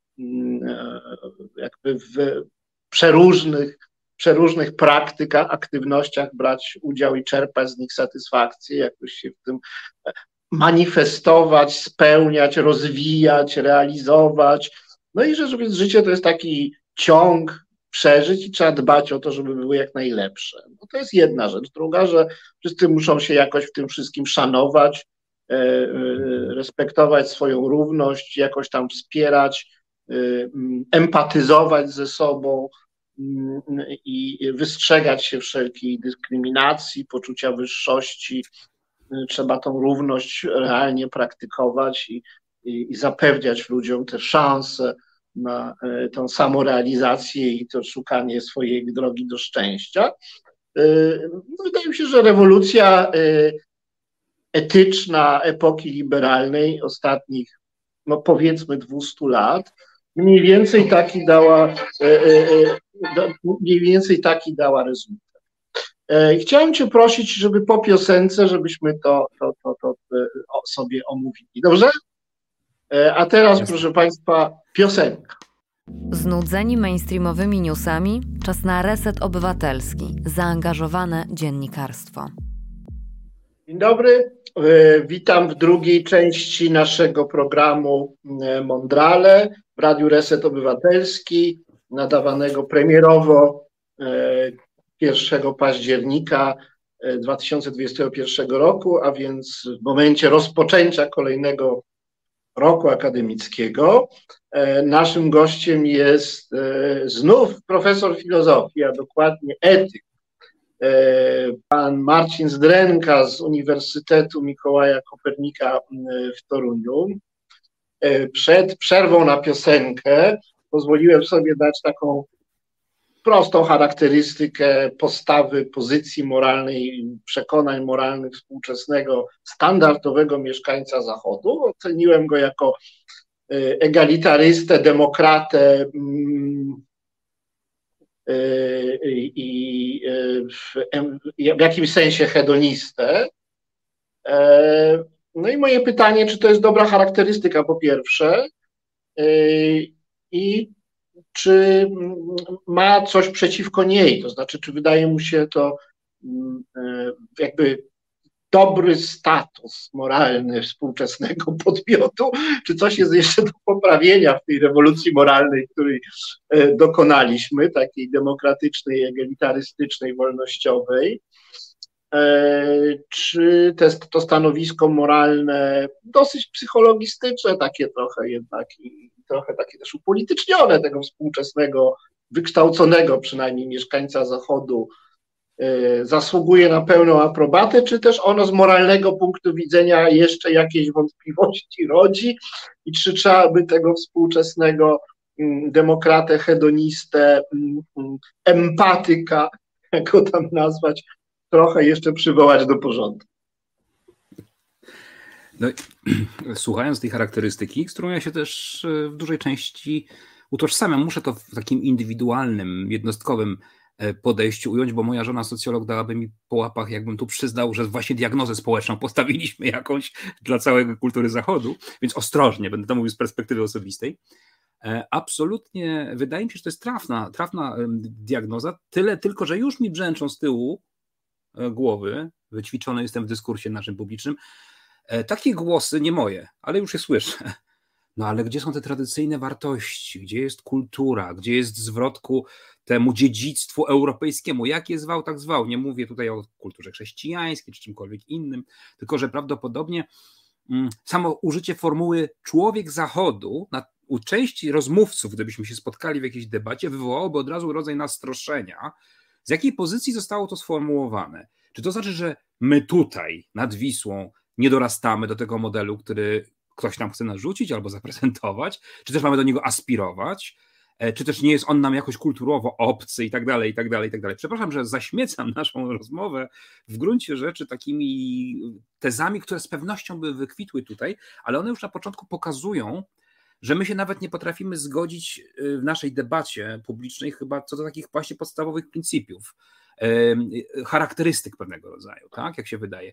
jakby w przeróżnych praktykach, aktywnościach brać udział i czerpać z nich satysfakcję, jakoś się w tym manifestować, spełniać, rozwijać, realizować. No i że życie to jest taki ciąg przeżyć i trzeba dbać o to, żeby były jak najlepsze. No to jest jedna rzecz. Druga, że wszyscy muszą się jakoś w tym wszystkim szanować, respektować swoją równość, jakoś tam wspierać, empatyzować ze sobą i wystrzegać się wszelkiej dyskryminacji, poczucia wyższości trzeba tą równość realnie praktykować i zapewniać ludziom te szanse na tą samorealizację i to szukanie swojej drogi do szczęścia. Wydaje mi się, że rewolucja etyczna epoki liberalnej ostatnich, no powiedzmy 200 lat, mniej więcej taki dała rezultat. Chciałem Cię prosić, żeby po piosence, żebyśmy to sobie omówili. Dobrze? A teraz, proszę Państwa, piosenka. Znudzeni mainstreamowymi newsami? Czas na reset obywatelski. Zaangażowane dziennikarstwo. Dzień dobry. Witam w drugiej części naszego programu Mondrale w Radiu Reset Obywatelski, nadawanego premierowo 1 października 2021 roku, a więc w momencie rozpoczęcia kolejnego roku akademickiego. Naszym gościem jest znów profesor filozofii, a dokładnie etyk, pan Marcin Zdrenka z Uniwersytetu Mikołaja Kopernika w Toruniu. Przed przerwą na piosenkę pozwoliłem sobie dać taką prostą charakterystykę postawy, pozycji moralnej, przekonań moralnych współczesnego, standardowego mieszkańca Zachodu. Oceniłem go jako egalitarystę, demokratę i w jakimś sensie hedonistę. No i moje pytanie, czy to jest dobra charakterystyka po pierwsze i czy ma coś przeciwko niej, to znaczy, czy wydaje mu się to jakby dobry status moralny współczesnego podmiotu, czy coś jest jeszcze do poprawienia w tej rewolucji moralnej, której dokonaliśmy, takiej demokratycznej, egalitarystycznej, wolnościowej. Czy to stanowisko moralne, dosyć psychologistyczne, takie trochę jednak i trochę takie też upolitycznione tego współczesnego, wykształconego przynajmniej mieszkańca Zachodu, zasługuje na pełną aprobatę, czy też ono z moralnego punktu widzenia jeszcze jakieś wątpliwości rodzi i czy trzeba by tego współczesnego demokratę, hedonistę, empatyka, jak go tam nazwać, trochę jeszcze przywołać do porządku. No, słuchając tej charakterystyki, z którą ja się też w dużej części utożsamiam, muszę to w takim indywidualnym, jednostkowym podejściu ująć, bo moja żona socjolog dałaby mi po łapach, jakbym tu przyznał, że właśnie diagnozę społeczną postawiliśmy jakąś dla całej kultury Zachodu, więc ostrożnie, będę to mówił z perspektywy osobistej. Absolutnie wydaje mi się, że to jest trafna diagnoza, tyle tylko, że już mi brzęczą z tyłu głowy, wyćwiczony jestem w dyskursie naszym publicznym, takie głosy, nie moje, ale już je słyszę. No ale gdzie są te tradycyjne wartości? Gdzie jest kultura? Gdzie jest zwrot ku temu dziedzictwu europejskiemu? Jak je zwał, tak zwał. Nie mówię tutaj o kulturze chrześcijańskiej czy czymkolwiek innym, tylko że prawdopodobnie samo użycie formuły człowiek Zachodu u części rozmówców, gdybyśmy się spotkali w jakiejś debacie, wywołałoby od razu rodzaj nastroszenia. Z jakiej pozycji zostało to sformułowane? Czy to znaczy, że my tutaj nad Wisłą nie dorastamy do tego modelu, który ktoś nam chce narzucić albo zaprezentować, czy też mamy do niego aspirować, czy też nie jest on nam jakoś kulturowo obcy i tak dalej, i tak dalej, i tak dalej. Przepraszam, że zaśmiecam naszą rozmowę w gruncie rzeczy takimi tezami, które z pewnością by wykwitły tutaj, ale one już na początku pokazują, że my się nawet nie potrafimy zgodzić w naszej debacie publicznej chyba co do takich właśnie podstawowych pryncypiów, charakterystyk pewnego rodzaju, tak, jak się wydaje.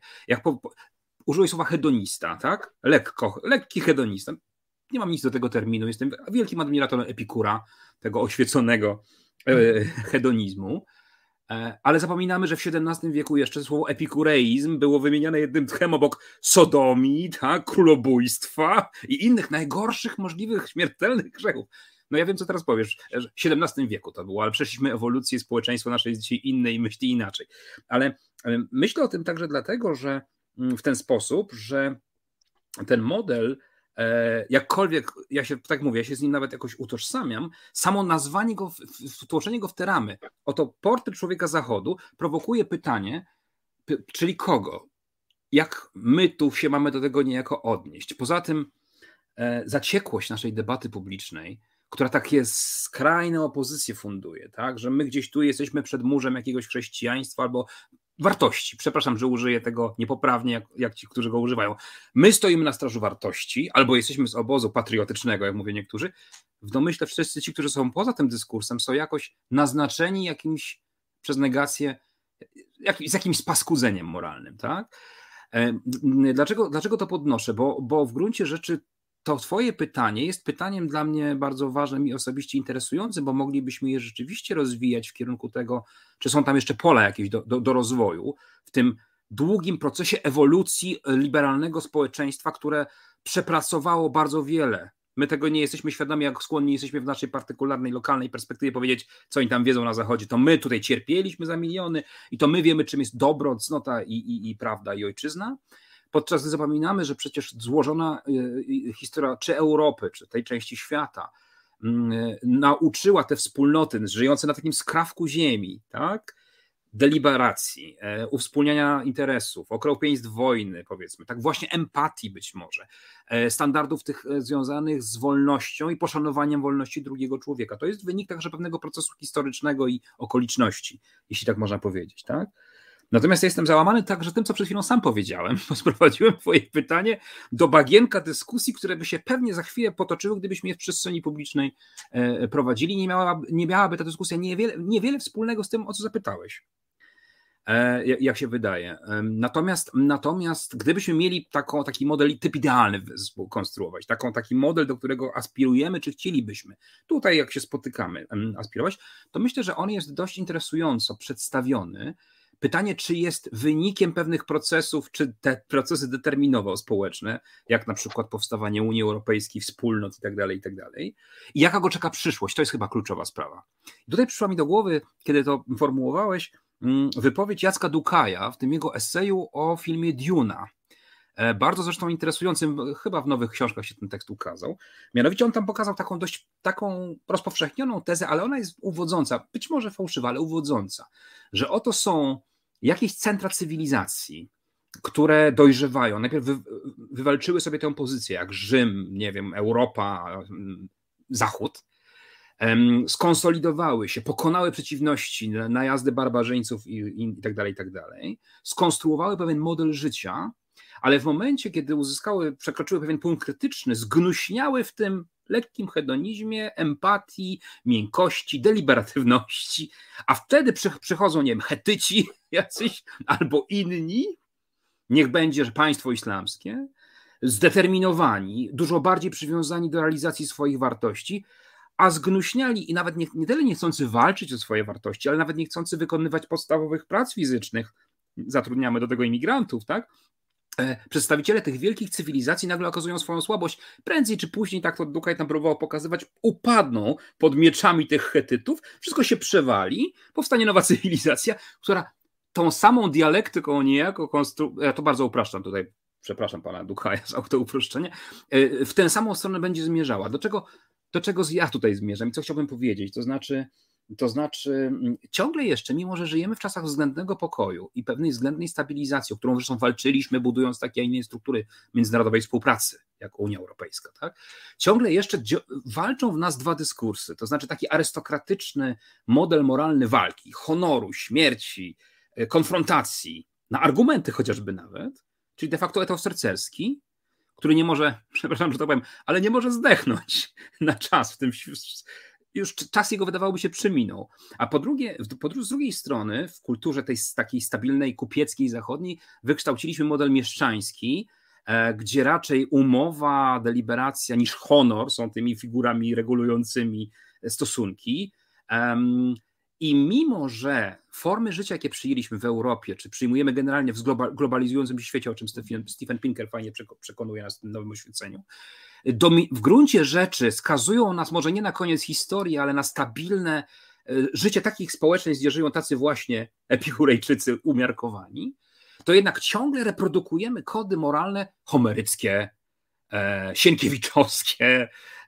Użyłeś słowa hedonista, tak? Lekki hedonista. Nie mam nic do tego terminu. Jestem wielkim admiratorem Epikura, tego oświeconego hedonizmu. Ale zapominamy, że w XVII wieku jeszcze słowo epikureizm było wymieniane jednym tchem obok sodomii, tak? Królobójstwa i innych najgorszych możliwych śmiertelnych grzechów. No ja wiem, co teraz powiesz. W XVII wieku to było, ale przeszliśmy ewolucję, społeczeństwo nasze jest dzisiaj inne i myśli inaczej. Ale myślę o tym także dlatego, że w ten sposób, że ten model, jakkolwiek, ja się tak mówię, ja się z nim nawet jakoś utożsamiam, samo nazwanie go, wtłoczenie go w te ramy, oto portret człowieka Zachodu prowokuje pytanie, czyli kogo? jak my tu się mamy do tego niejako odnieść. Poza tym zaciekłość naszej debaty publicznej, która takie skrajne opozycje funduje, tak? Że my gdzieś tu jesteśmy przed murzem jakiegoś chrześcijaństwa albo wartości. Przepraszam, że użyję tego niepoprawnie, jak ci, którzy go używają. My stoimy na straży wartości, albo jesteśmy z obozu patriotycznego, jak mówią niektórzy. W domyśle wszyscy ci, którzy są poza tym dyskursem, są jakoś naznaczeni jakimś przez negację, z jakimś spaskudzeniem moralnym, tak? Dlaczego to podnoszę? Bo w gruncie rzeczy to twoje pytanie jest pytaniem dla mnie bardzo ważnym i osobiście interesującym, bo moglibyśmy je rzeczywiście rozwijać w kierunku tego, czy są tam jeszcze pola jakieś do rozwoju w tym długim procesie ewolucji liberalnego społeczeństwa, które przepracowało bardzo wiele. My tego nie jesteśmy świadomi, jak skłonni jesteśmy w naszej partykularnej, lokalnej perspektywie powiedzieć, co oni tam wiedzą na Zachodzie. To my tutaj cierpieliśmy za miliony i to my wiemy, czym jest dobro, cnota i prawda i ojczyzna. Podczas gdy zapominamy, że przecież złożona historia czy Europy, czy tej części świata nauczyła te wspólnoty żyjące na takim skrawku ziemi, tak? Deliberacji, uwspólniania interesów, okropieństw wojny, powiedzmy, tak właśnie empatii być może, standardów tych związanych z wolnością i poszanowaniem wolności drugiego człowieka. To jest wynik także pewnego procesu historycznego i okoliczności, jeśli tak można powiedzieć, tak? Natomiast ja jestem załamany także tym, co przed chwilą sam powiedziałem, bo sprowadziłem twoje pytanie do bagienka dyskusji, które by się pewnie za chwilę potoczyły, gdybyśmy je w przestrzeni publicznej prowadzili. Nie miałaby ta dyskusja niewiele wspólnego z tym, o co zapytałeś, jak się wydaje. Natomiast gdybyśmy mieli taki model, typ idealny konstruować, taki model, do którego aspirujemy, czy chcielibyśmy tutaj, jak się spotykamy, aspirować, to myślę, że on jest dość interesująco przedstawiony. Pytanie, czy jest wynikiem pewnych procesów, czy te procesy determinował społeczne, jak na przykład powstawanie Unii Europejskiej, wspólnot itd., i jaka go czeka przyszłość, to jest chyba kluczowa sprawa. I tutaj przyszła mi do głowy, kiedy to formułowałeś, wypowiedź Jacka Dukaja w tym jego eseju o filmie Duna. Bardzo zresztą interesującym, chyba w nowych książkach się ten tekst ukazał. Mianowicie on tam pokazał taką rozpowszechnioną tezę, ale ona jest uwodząca, być może fałszywa, ale uwodząca, że oto są jakieś centra cywilizacji, które dojrzewają. Najpierw wywalczyły sobie tę pozycję, jak Rzym, nie wiem, Europa, Zachód, skonsolidowały się, pokonały przeciwności, najazdy barbarzyńców i tak dalej, skonstruowały pewien model życia, ale w momencie, kiedy przekroczyły pewien punkt krytyczny, zgnuśniały w tym lekkim hedonizmie, empatii, miękkości, deliberatywności, a wtedy przychodzą, nie wiem, Chetyci jacyś albo inni, niech będzie, że państwo islamskie, zdeterminowani, dużo bardziej przywiązani do realizacji swoich wartości, a zgnuśniali i nawet nie tyle nie chcący walczyć o swoje wartości, ale nawet nie chcący wykonywać podstawowych prac fizycznych, zatrudniamy do tego imigrantów, tak? Przedstawiciele tych wielkich cywilizacji nagle okazują swoją słabość. Prędzej czy później, tak to Dukaj tam próbował pokazywać, upadną pod mieczami tych Chetytów, wszystko się przewali, powstanie nowa cywilizacja, która tą samą dialektyką niejako ja to bardzo upraszczam tutaj, przepraszam pana Dukaja za to uproszczenie, w tę samą stronę będzie zmierzała. Do czego ja tutaj zmierzam i co chciałbym powiedzieć? To znaczy ciągle jeszcze, mimo że żyjemy w czasach względnego pokoju i pewnej względnej stabilizacji, o którą zresztą walczyliśmy, budując takie, a inne struktury międzynarodowej współpracy, jak Unia Europejska, tak? Ciągle jeszcze walczą w nas dwa dyskursy, to znaczy taki arystokratyczny model moralny walki, honoru, śmierci, konfrontacji, na argumenty chociażby nawet, czyli de facto etos rycerski, który nie może, przepraszam, że to powiem, ale nie może zdechnąć na czas w tym. Już czas jego wydawałoby się przeminął. A z drugiej strony w kulturze tej takiej stabilnej, kupieckiej, zachodniej wykształciliśmy model mieszczański, gdzie raczej umowa, deliberacja niż honor są tymi figurami regulującymi stosunki. I mimo, że formy życia, jakie przyjęliśmy w Europie, czy przyjmujemy generalnie w globalizującym się świecie, o czym Steven Pinker fajnie przekonuje nas w tym nowym oświeceniu, w gruncie rzeczy skazują nas może nie na koniec historii, ale na stabilne życie takich społeczeństw, gdzie żyją tacy właśnie epikurejczycy umiarkowani, to jednak ciągle reprodukujemy kody moralne homeryckie, sienkiewiczowskie,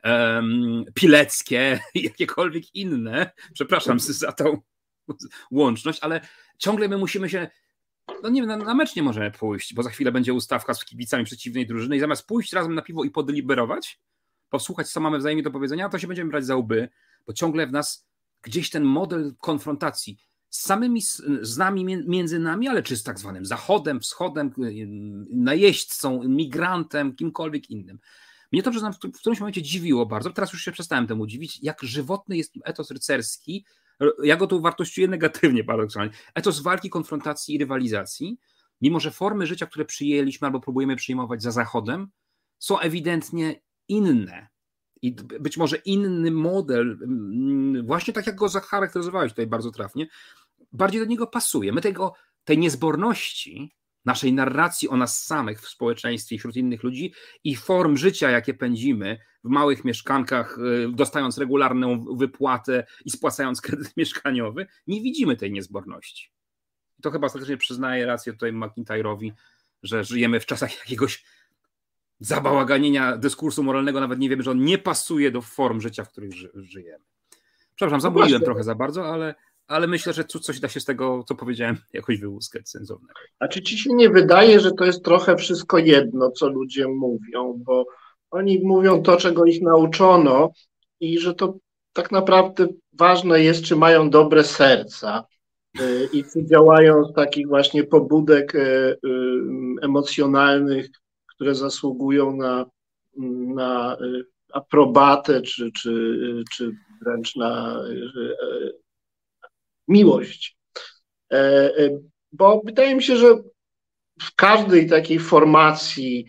pileckie, jakiekolwiek inne. Przepraszam za tą łączność, ale ciągle my musimy się No nie wiem, na mecz nie możemy pójść, bo za chwilę będzie ustawka z kibicami przeciwnej drużyny i zamiast pójść razem na piwo i podeliberować, posłuchać, co mamy wzajemnie do powiedzenia, to się będziemy brać za łby, bo ciągle w nas gdzieś ten model konfrontacji z nami, między nami, ale czy z tak zwanym Zachodem, Wschodem, najeźdźcą, migrantem, kimkolwiek innym. Mnie to, przyznam, w którymś momencie dziwiło bardzo, teraz już się przestałem temu dziwić, jak żywotny jest etos rycerski. Ja go tu wartościuję negatywnie, paradoksalnie. Etos walki, konfrontacji i rywalizacji, mimo że formy życia, które przyjęliśmy albo próbujemy przyjmować za Zachodem, są ewidentnie inne. I być może inny model, właśnie tak jak go zacharakteryzowałeś tutaj bardzo trafnie, bardziej do niego pasuje. My tej niezborności naszej narracji o nas samych w społeczeństwie i wśród innych ludzi i form życia, jakie pędzimy w małych mieszkankach, dostając regularną wypłatę i spłacając kredyt mieszkaniowy, nie widzimy tej niezborności. I to chyba ostatecznie przyznaje rację tutaj McIntyre'owi, że żyjemy w czasach jakiegoś zabałaganienia dyskursu moralnego, nawet nie wiemy, że on nie pasuje do form życia, w których żyjemy. Przepraszam, zaboliłem trochę za bardzo, ale myślę, że coś da się z tego, co powiedziałem, jakoś wyłuskać sensownego. A czy ci się nie wydaje, że to jest trochę wszystko jedno, co ludzie mówią, bo oni mówią to, czego ich nauczono i że to tak naprawdę ważne jest, czy mają dobre serca i czy działają z takich właśnie pobudek emocjonalnych, które zasługują na aprobatę, czy wręcz na miłość. Bo wydaje mi się, że w każdej takiej formacji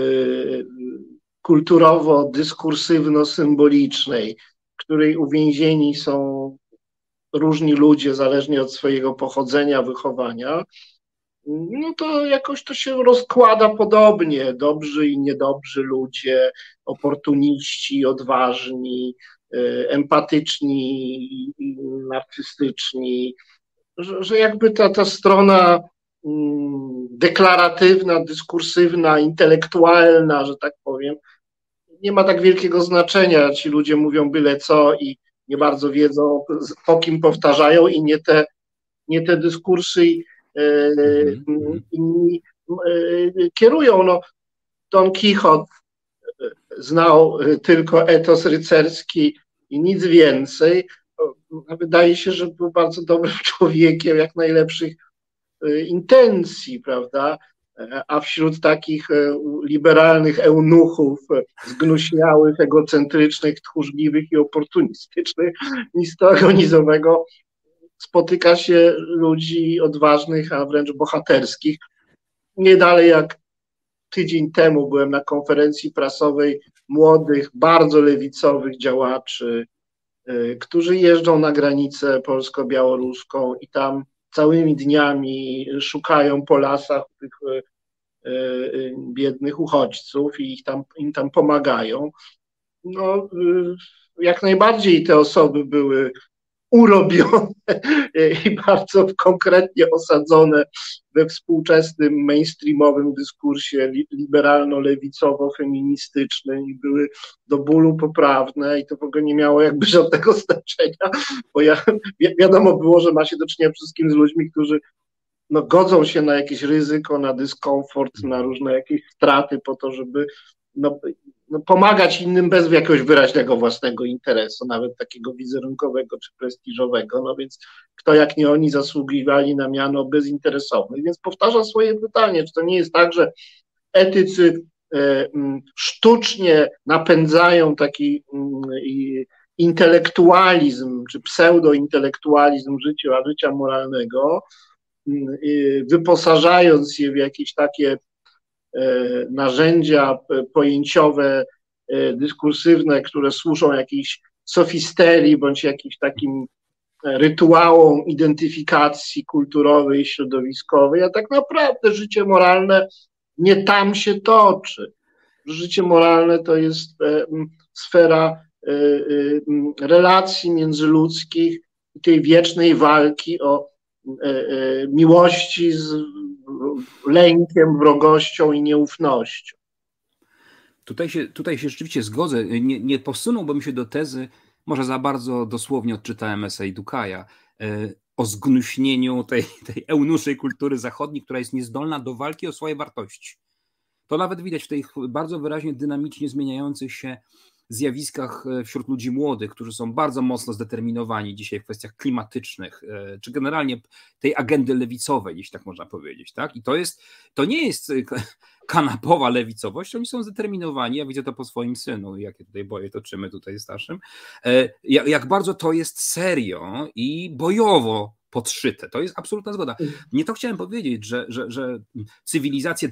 kulturowo-dyskursywno-symbolicznej, w której uwięzieni są różni ludzie, zależnie od swojego pochodzenia, wychowania, no to jakoś to się rozkłada podobnie. Dobrzy i niedobrzy ludzie, oportuniści, odważni, empatyczni i narcystyczni, że jakby ta strona deklaratywna, dyskursywna, intelektualna, że tak powiem, nie ma tak wielkiego znaczenia. Ci ludzie mówią byle co i nie bardzo wiedzą, po kim powtarzają i nie te dyskursy inni kierują. No, Don Quixote znał tylko etos rycerski i nic więcej. Wydaje się, że był bardzo dobrym człowiekiem, jak najlepszych intencji, prawda? A wśród takich liberalnych eunuchów, zgnuśniałych, egocentrycznych, tchórzliwych i oportunistycznych, nistego nizowego spotyka się ludzi odważnych, a wręcz bohaterskich. Nie dalej jak tydzień temu byłem na konferencji prasowej młodych, bardzo lewicowych działaczy, którzy jeżdżą na granicę polsko-białoruską i tam całymi dniami szukają po lasach tych biednych uchodźców i im tam pomagają. No, jak najbardziej te osoby były urobione i bardzo konkretnie osadzone we współczesnym mainstreamowym dyskursie liberalno-lewicowo-feministycznym i były do bólu poprawne i to w ogóle nie miało jakby żadnego znaczenia, bo wiadomo było, że ma się do czynienia przede wszystkim z ludźmi, którzy no, godzą się na jakieś ryzyko, na dyskomfort, na różne jakieś straty po to, żeby pomagać innym bez jakiegoś wyraźnego własnego interesu, nawet takiego wizerunkowego czy prestiżowego, no więc kto jak nie oni zasługiwali na miano bezinteresownych. Więc powtarzam swoje pytanie, czy to nie jest tak, że etycy sztucznie napędzają taki intelektualizm czy pseudointelektualizm życia moralnego, wyposażając je w jakieś takie narzędzia pojęciowe, dyskursywne, które służą jakiejś sofisterii bądź jakimś takim rytuałom identyfikacji kulturowej, środowiskowej, a tak naprawdę życie moralne nie tam się toczy. Życie moralne to jest sfera relacji międzyludzkich i tej wiecznej walki o miłości z lękiem, wrogością i nieufnością. Tutaj się rzeczywiście zgodzę. Nie posunąłbym się do tezy, może za bardzo dosłownie odczytałem esej Dukaja, o zgnuśnieniu tej eunuszej kultury zachodniej, która jest niezdolna do walki o swoje wartości. To nawet widać w tych bardzo wyraźnie dynamicznie zmieniających się zjawiskach wśród ludzi młodych, którzy są bardzo mocno zdeterminowani dzisiaj w kwestiach klimatycznych, czy generalnie tej agendy lewicowej, jeśli tak można powiedzieć. Tak? I to nie jest kanapowa lewicowość, oni są zdeterminowani, ja widzę to po swoim synu, jakie tutaj boje toczymy tutaj starszym, jak bardzo to jest serio i bojowo podszyte. To jest absolutna zgoda. Nie to chciałem powiedzieć, że cywilizacje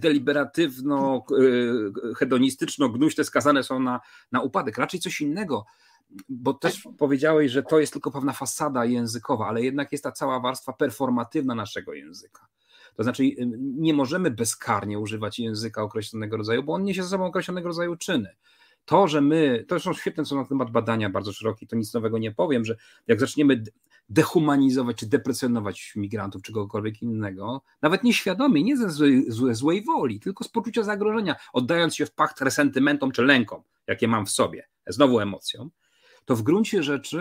deliberatywno-hedonistyczno-gnuśne skazane są na upadek. Raczej coś innego, bo też powiedziałeś, że to jest tylko pewna fasada językowa, ale jednak jest ta cała warstwa performatywna naszego języka. To znaczy nie możemy bezkarnie używać języka określonego rodzaju, bo on niesie ze sobą określonego rodzaju czyny. To, że to są świetne, są na temat badania bardzo szerokie, to nic nowego nie powiem, że jak zaczniemy dehumanizować czy deprecjonować migrantów czy kogokolwiek innego, nawet nieświadomie, nie ze złej woli, tylko z poczucia zagrożenia, oddając się w pacht resentymentom czy lękom, jakie mam w sobie, znowu emocjom, to w gruncie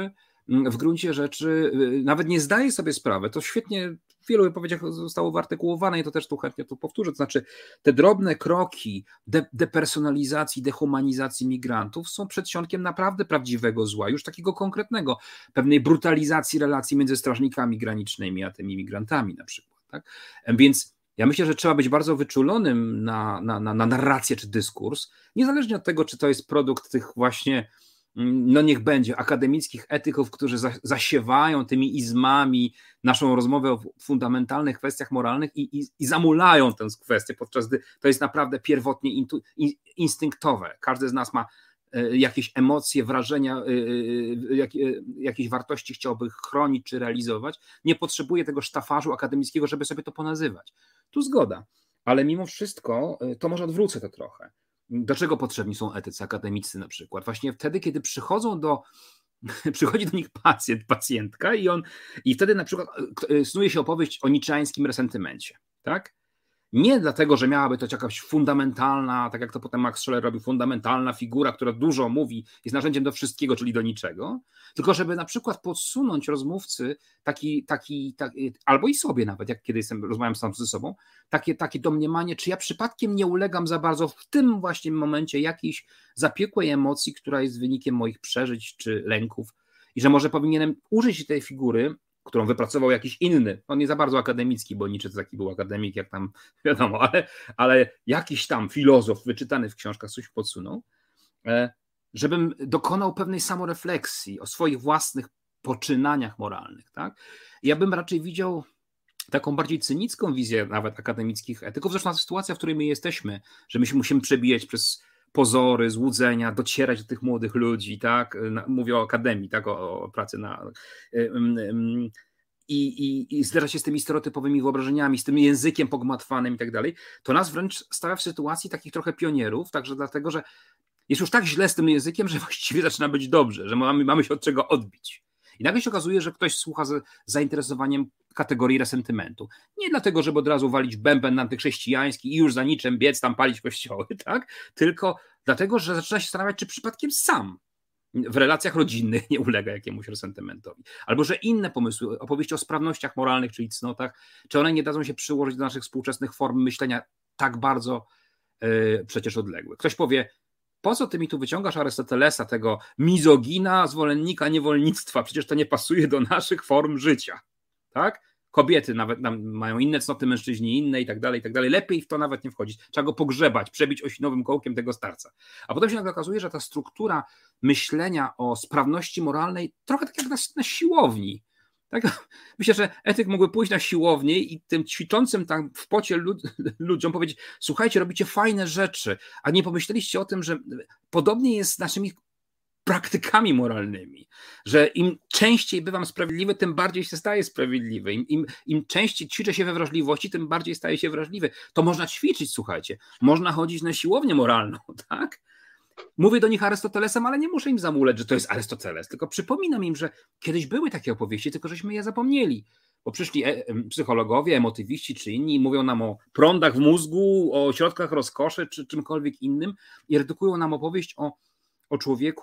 rzeczy nawet nie zdaję sobie sprawy, to świetnie w wielu wypowiedziach zostało wyartykułowane i to też tu chętnie powtórzę, to znaczy te drobne kroki depersonalizacji, dehumanizacji migrantów są przedsionkiem naprawdę prawdziwego zła, już takiego konkretnego, pewnej brutalizacji relacji między strażnikami granicznymi a tymi migrantami na przykład. Tak? Więc ja myślę, że trzeba być bardzo wyczulonym na narrację czy dyskurs, niezależnie od tego, czy to jest produkt tych właśnie niech będzie, akademickich etyków, którzy zasiewają tymi izmami naszą rozmowę o fundamentalnych kwestiach moralnych i zamulają tę kwestię, podczas gdy to jest naprawdę pierwotnie instynktowe. Każdy z nas ma jakieś emocje, wrażenia, jakieś wartości chciałby chronić czy realizować. Nie potrzebuje tego sztafarzu akademickiego, żeby sobie to ponazywać. Tu zgoda, ale mimo wszystko to może odwrócę to trochę. Do czego potrzebni są etycy akademicy na przykład? Właśnie wtedy, kiedy przychodzi do nich pacjentka i wtedy na przykład snuje się opowieść o niczeańskim resentymencie, tak? Nie dlatego, że miałaby to jakaś fundamentalna, tak jak to potem Max Scheler robił, fundamentalna figura, która dużo mówi, jest narzędziem do wszystkiego, czyli do niczego, tylko żeby na przykład podsunąć rozmówcy taki albo i sobie nawet, jak kiedy rozmawiam sam ze sobą, takie domniemanie, czy ja przypadkiem nie ulegam za bardzo w tym właśnie momencie jakiejś zapiekłej emocji, która jest wynikiem moich przeżyć czy lęków i że może powinienem użyć tej figury, którą wypracował jakiś inny, on nie za bardzo akademicki, bo Nietzsche to taki był akademik, jak tam wiadomo, ale jakiś tam filozof wyczytany w książkach coś podsunął, żebym dokonał pewnej samorefleksji o swoich własnych poczynaniach moralnych. Tak? Ja bym raczej widział taką bardziej cynicką wizję nawet akademickich etyków, zresztą sytuacja, w której my jesteśmy, że my się musimy przebijać przez pozory, złudzenia, docierać do tych młodych ludzi, tak? Mówię o akademii, tak? O pracy i zderza się z tymi stereotypowymi wyobrażeniami, z tym językiem pogmatwanym i tak dalej, to nas wręcz stawia w sytuacji takich trochę pionierów, także dlatego, że jest już tak źle z tym językiem, że właściwie zaczyna być dobrze, że mamy się od czego odbić. I nagle się okazuje, że ktoś słucha z zainteresowaniem kategorii resentymentu. Nie dlatego, żeby od razu walić bęben antychrześcijański i już za niczym biec tam palić kościoły, tak? Tylko dlatego, że zaczyna się zastanawiać, czy przypadkiem sam w relacjach rodzinnych nie ulega jakiemuś resentymentowi. Albo że inne pomysły, opowieści o sprawnościach moralnych, czyli cnotach, czy one nie dadzą się przyłożyć do naszych współczesnych form myślenia tak bardzo przecież odległych. Ktoś powie, po co ty mi tu wyciągasz Arystotelesa, tego mizogina, zwolennika niewolnictwa? Przecież to nie pasuje do naszych form życia. Tak? Kobiety nawet mają inne cnoty, mężczyźni inne i tak dalej, i tak dalej. Lepiej w to nawet nie wchodzić. Trzeba go pogrzebać, przebić osinowym kołkiem tego starca. A potem się okazuje, że ta struktura myślenia o sprawności moralnej trochę tak jak na siłowni. Tak? Myślę, że etyk mógłby pójść na siłownię i tym ćwiczącym tam w pocie ludziom powiedzieć, słuchajcie, robicie fajne rzeczy, a nie pomyśleliście o tym, że podobnie jest z naszymi praktykami moralnymi, że im częściej bywam sprawiedliwy, tym bardziej się staję sprawiedliwy. Im częściej ćwiczę się we wrażliwości, tym bardziej staję się wrażliwy. To można ćwiczyć, słuchajcie. Można chodzić na siłownię moralną, tak? Mówię do nich Arystotelesem, ale nie muszę im zamuleć, że to jest Arystoteles, tylko przypominam im, że kiedyś były takie opowieści, tylko żeśmy je zapomnieli. Bo przyszli psychologowie, emotywiści czy inni i mówią nam o prądach w mózgu, o środkach rozkoszy czy czymkolwiek innym i redukują nam opowieść o człowieku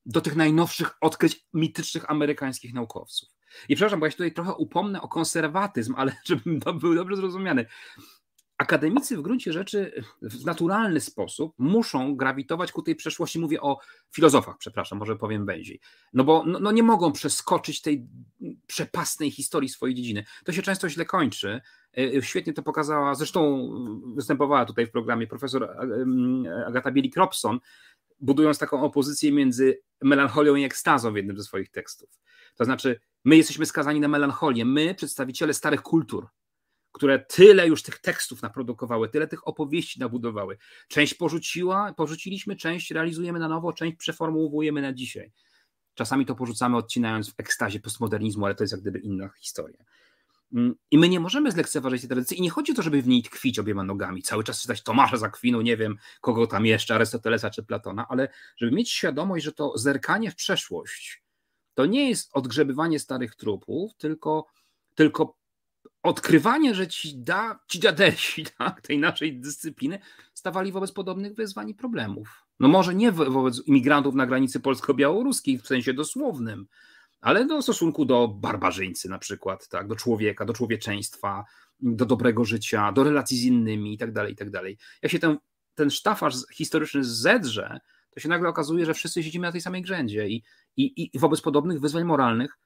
do tych najnowszych odkryć mitycznych amerykańskich naukowców. I przepraszam, bo ja się tutaj trochę upomnę o konserwatyzm, ale żebym to był dobrze zrozumiany. Akademicy w gruncie rzeczy w naturalny sposób muszą grawitować ku tej przeszłości. Mówię o filozofach, przepraszam, może powiem węziej. No bo nie mogą przeskoczyć tej przepastnej historii swojej dziedziny. To się często źle kończy. Świetnie to pokazała, zresztą występowała tutaj w programie profesor Agata Bielik-Robson, budując taką opozycję między melancholią i ekstazą w jednym ze swoich tekstów. To znaczy, my jesteśmy skazani na melancholię, my, przedstawiciele starych kultur, które tyle już tych tekstów naprodukowały, tyle tych opowieści nabudowały. Część porzuciliśmy, część realizujemy na nowo, część przeformułowujemy na dzisiaj. Czasami to porzucamy, odcinając w ekstazie postmodernizmu, ale to jest jak gdyby inna historia. I my nie możemy zlekceważyć tej tradycji i nie chodzi o to, żeby w niej tkwić obiema nogami, cały czas czytać Tomasza z Akwinu, nie wiem kogo tam jeszcze, Arystotelesa czy Platona, ale żeby mieć świadomość, że to zerkanie w przeszłość to nie jest odgrzebywanie starych trupów, tylko odkrywanie, że ci dziadesi tej naszej dyscypliny stawali wobec podobnych wyzwań i problemów. No może nie wobec imigrantów na granicy polsko-białoruskiej w sensie dosłownym, ale w stosunku do barbarzyńcy na przykład, tak, do człowieka, do człowieczeństwa, do dobrego życia, do relacji z innymi i tak dalej, i tak dalej. Jak się ten sztafaż historyczny zedrze, to się nagle okazuje, że wszyscy siedzimy na tej samej grzędzie i wobec podobnych wyzwań moralnych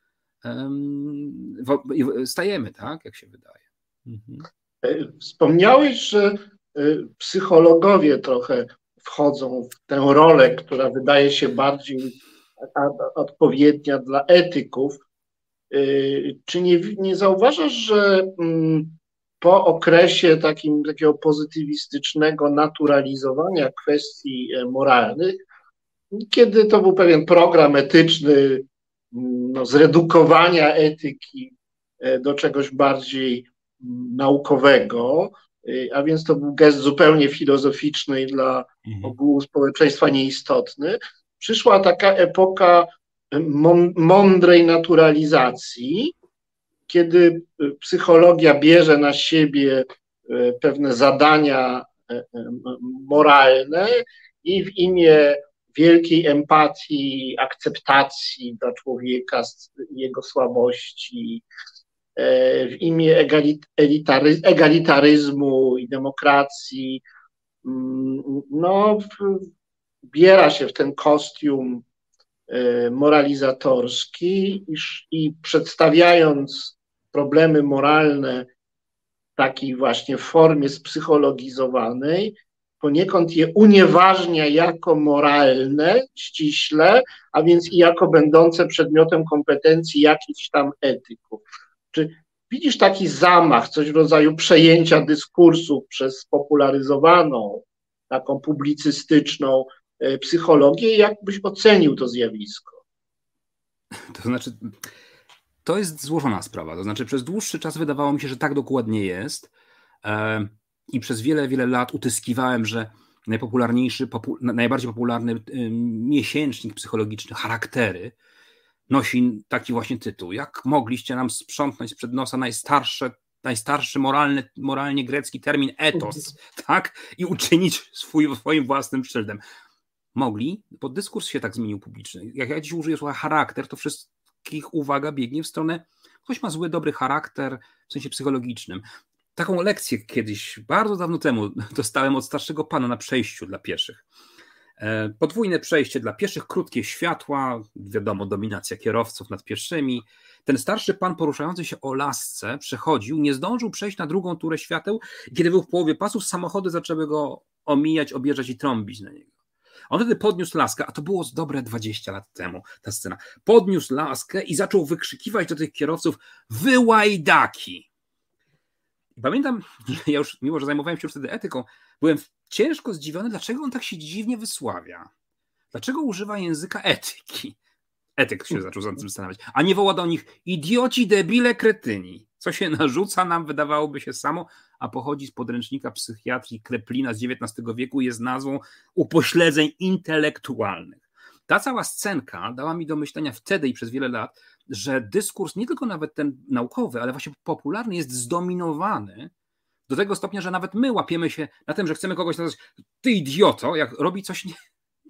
stajemy, tak, jak się wydaje. Wspomniałeś, że psychologowie trochę wchodzą w tę rolę, która wydaje się bardziej odpowiednia dla etyków. Czy nie zauważasz, że po okresie takiego pozytywistycznego naturalizowania kwestii moralnych, kiedy to był pewien program etyczny, zredukowania etyki do czegoś bardziej naukowego, a więc to był gest zupełnie filozoficzny i dla ogółu społeczeństwa nieistotny, przyszła taka epoka mądrej naturalizacji, kiedy psychologia bierze na siebie pewne zadania moralne i w imię wielkiej empatii, akceptacji dla człowieka, jego słabości, w imię egalitaryzmu i demokracji, biera się w ten kostium moralizatorski i przedstawiając problemy moralne w takiej właśnie formie spsychologizowanej, poniekąd je unieważnia jako moralne ściśle, a więc i jako będące przedmiotem kompetencji jakichś tam etyków. Czy widzisz taki zamach, coś w rodzaju przejęcia dyskursu przez spopularyzowaną, taką publicystyczną psychologię? Jak byś ocenił to zjawisko? To znaczy, to jest złożona sprawa. To znaczy, przez dłuższy czas wydawało mi się, że tak dokładnie jest. I przez wiele, wiele lat utyskiwałem, że najbardziej popularny miesięcznik psychologiczny Charaktery nosi taki właśnie tytuł. Jak mogliście nam sprzątnąć sprzed nosa najstarszy moralnie grecki termin etos, tak? I uczynić swoim własnym szyldem. Mogli, bo dyskurs się tak zmienił publiczny. Jak ja dziś użyję słowa charakter, to wszystkich uwaga biegnie w stronę, ktoś ma zły, dobry charakter w sensie psychologicznym. Taką lekcję kiedyś, bardzo dawno temu, dostałem od starszego pana na przejściu dla pieszych. Podwójne przejście dla pieszych, krótkie światła, wiadomo, dominacja kierowców nad pieszymi. Ten starszy pan poruszający się o lasce przechodził, nie zdążył przejść na drugą turę świateł i kiedy był w połowie pasów, samochody zaczęły go omijać, objeżdżać i trąbić na niego. On wtedy podniósł laskę, a to było dobre 20 lat temu ta scena. Podniósł laskę i zaczął wykrzykiwać do tych kierowców: wy łajdaki! Pamiętam, że ja już, mimo że zajmowałem się już wtedy etyką, byłem ciężko zdziwiony, dlaczego on tak się dziwnie wysławia. Dlaczego używa języka etyki? Etyk się zaczął za tym zastanawiać. A nie woła do nich: idioci, debile, kretyni. Co się narzuca nam, wydawałoby się samo, a pochodzi z podręcznika psychiatrii Kreplina z XIX wieku, jest nazwą upośledzeń intelektualnych. Ta cała scenka dała mi do myślenia wtedy i przez wiele lat, że dyskurs, nie tylko nawet ten naukowy, ale właśnie popularny, jest zdominowany do tego stopnia, że nawet my łapiemy się na tym, że chcemy kogoś nazwać: ty idioto, jak robi coś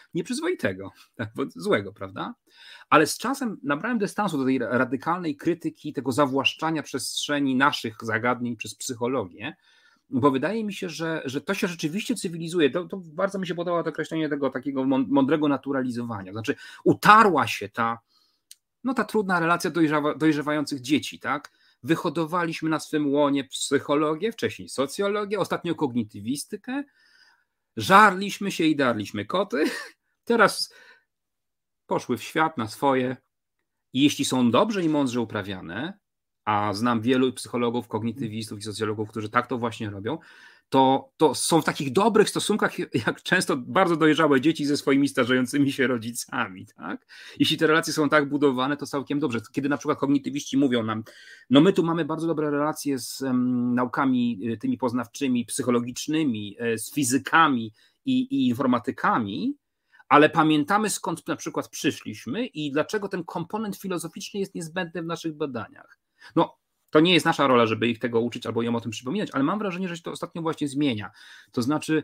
nieprzyzwoitego, złego, prawda? Ale z czasem nabrałem dystansu do tej radykalnej krytyki, tego zawłaszczania przestrzeni naszych zagadnień przez psychologię, bo wydaje mi się, że to się rzeczywiście cywilizuje. To bardzo mi się podobało to określenie tego takiego mądrego naturalizowania. Znaczy utarła się ta trudna relacja dojrzewających dzieci, tak? Wyhodowaliśmy na swym łonie psychologię, wcześniej socjologię, ostatnio kognitywistykę, żarliśmy się i darliśmy koty, teraz poszły w świat na swoje i jeśli są dobrze i mądrze uprawiane, a znam wielu psychologów, kognitywistów i socjologów, którzy tak to właśnie robią, to są w takich dobrych stosunkach, jak często bardzo dojrzałe dzieci ze swoimi starzejącymi się rodzicami. Tak? Jeśli te relacje są tak budowane, to całkiem dobrze. Kiedy na przykład kognitywiści mówią nam, no my tu mamy bardzo dobre relacje z naukami tymi poznawczymi, psychologicznymi, z fizykami i informatykami, ale pamiętamy, skąd na przykład przyszliśmy i dlaczego ten komponent filozoficzny jest niezbędny w naszych badaniach. No, to nie jest nasza rola, żeby ich tego uczyć albo im o tym przypominać, ale mam wrażenie, że się to ostatnio właśnie zmienia. To znaczy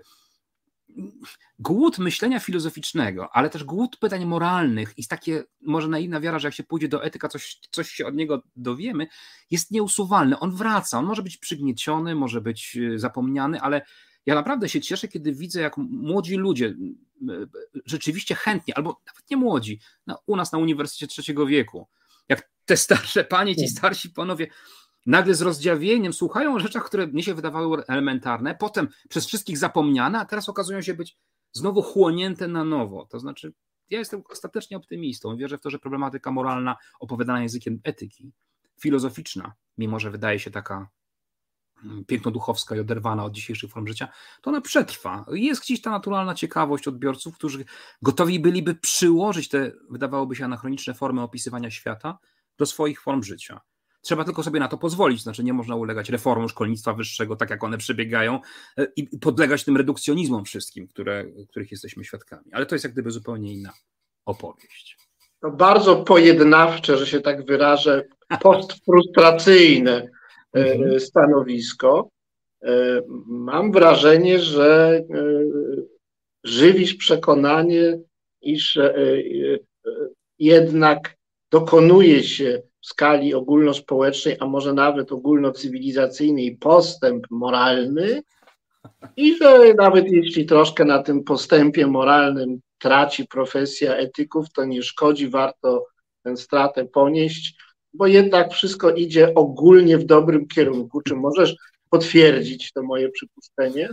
głód myślenia filozoficznego, ale też głód pytań moralnych i takie może naiwna wiara, że jak się pójdzie do etyka, coś się od niego dowiemy, jest nieusuwalny. On wraca, on może być przygnieciony, może być zapomniany, ale ja naprawdę się cieszę, kiedy widzę, jak młodzi ludzie rzeczywiście chętnie, albo nawet nie młodzi, u nas na Uniwersytecie Trzeciego Wieku, jak te starsze panie, ci starsi panowie nagle z rozdziawieniem słuchają o rzeczach, które mnie się wydawały elementarne, potem przez wszystkich zapomniane, a teraz okazują się być znowu chłonięte na nowo. To znaczy, ja jestem ostatecznie optymistą. Wierzę w to, że problematyka moralna opowiadana językiem etyki, filozoficzna, mimo że wydaje się taka pięknoduchowska i oderwana od dzisiejszych form życia, to ona przetrwa. Jest gdzieś ta naturalna ciekawość odbiorców, którzy gotowi byliby przyłożyć te, wydawałoby się, anachroniczne formy opisywania świata do swoich form życia. Trzeba tylko sobie na to pozwolić, znaczy nie można ulegać reformom szkolnictwa wyższego, tak jak one przebiegają i podlegać tym redukcjonizmom wszystkim, których jesteśmy świadkami. Ale to jest jak gdyby zupełnie inna opowieść. To bardzo pojednawcze, że się tak wyrażę, postfrustracyjne stanowisko. Mam wrażenie, że żywisz przekonanie, iż jednak dokonuje się w skali ogólnospołecznej, a może nawet ogólnocywilizacyjnej postęp moralny i że nawet jeśli troszkę na tym postępie moralnym traci profesja etyków, to nie szkodzi, warto tę stratę ponieść, bo jednak wszystko idzie ogólnie w dobrym kierunku. Czy możesz potwierdzić to moje przypuszczenie?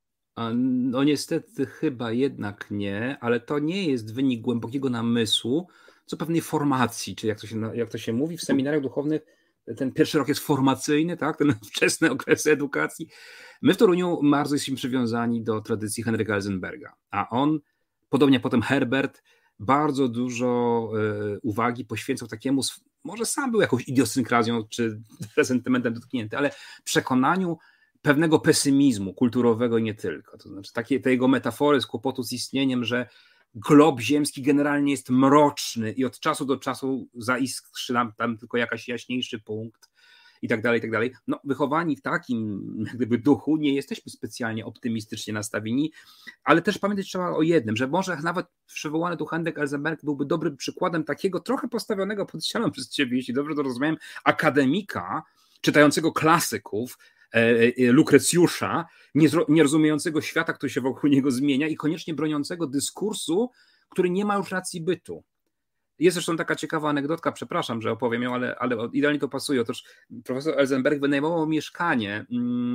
No niestety chyba jednak nie, ale to nie jest wynik głębokiego namysłu, co pewnej formacji, czy jak to się mówi w seminariach duchownych, ten pierwszy rok jest formacyjny, tak? Ten wczesny okres edukacji. My w Toruniu bardzo jesteśmy przywiązani do tradycji Henryka Elzenberga, a on, podobnie jak potem Herbert, bardzo dużo uwagi poświęcał takiemu, może sam był jakąś idiosynkrazją czy sentymentem dotknięty, ale przekonaniu pewnego pesymizmu kulturowego i nie tylko. To znaczy te jego metafory z kłopotu z istnieniem, że glob ziemski generalnie jest mroczny i od czasu do czasu zaiskrzy nam tam tylko jakaś jaśniejszy punkt i tak dalej, i tak dalej. No, wychowani w takim jak gdyby duchu nie jesteśmy specjalnie optymistycznie nastawieni, ale też pamiętać trzeba o jednym, że może nawet przywołany tu Henryk Elzenberg byłby dobrym przykładem takiego trochę postawionego pod ścianą przez ciebie, jeśli dobrze to rozumiałem, akademika czytającego klasyków, Lukrecjusza, nie rozumiejącego świata, który się wokół niego zmienia i koniecznie broniącego dyskursu, który nie ma już racji bytu. Jest zresztą taka ciekawa anegdotka, przepraszam, że opowiem ją, ale idealnie to pasuje. Otóż profesor Elzenberg wynajmował mieszkanie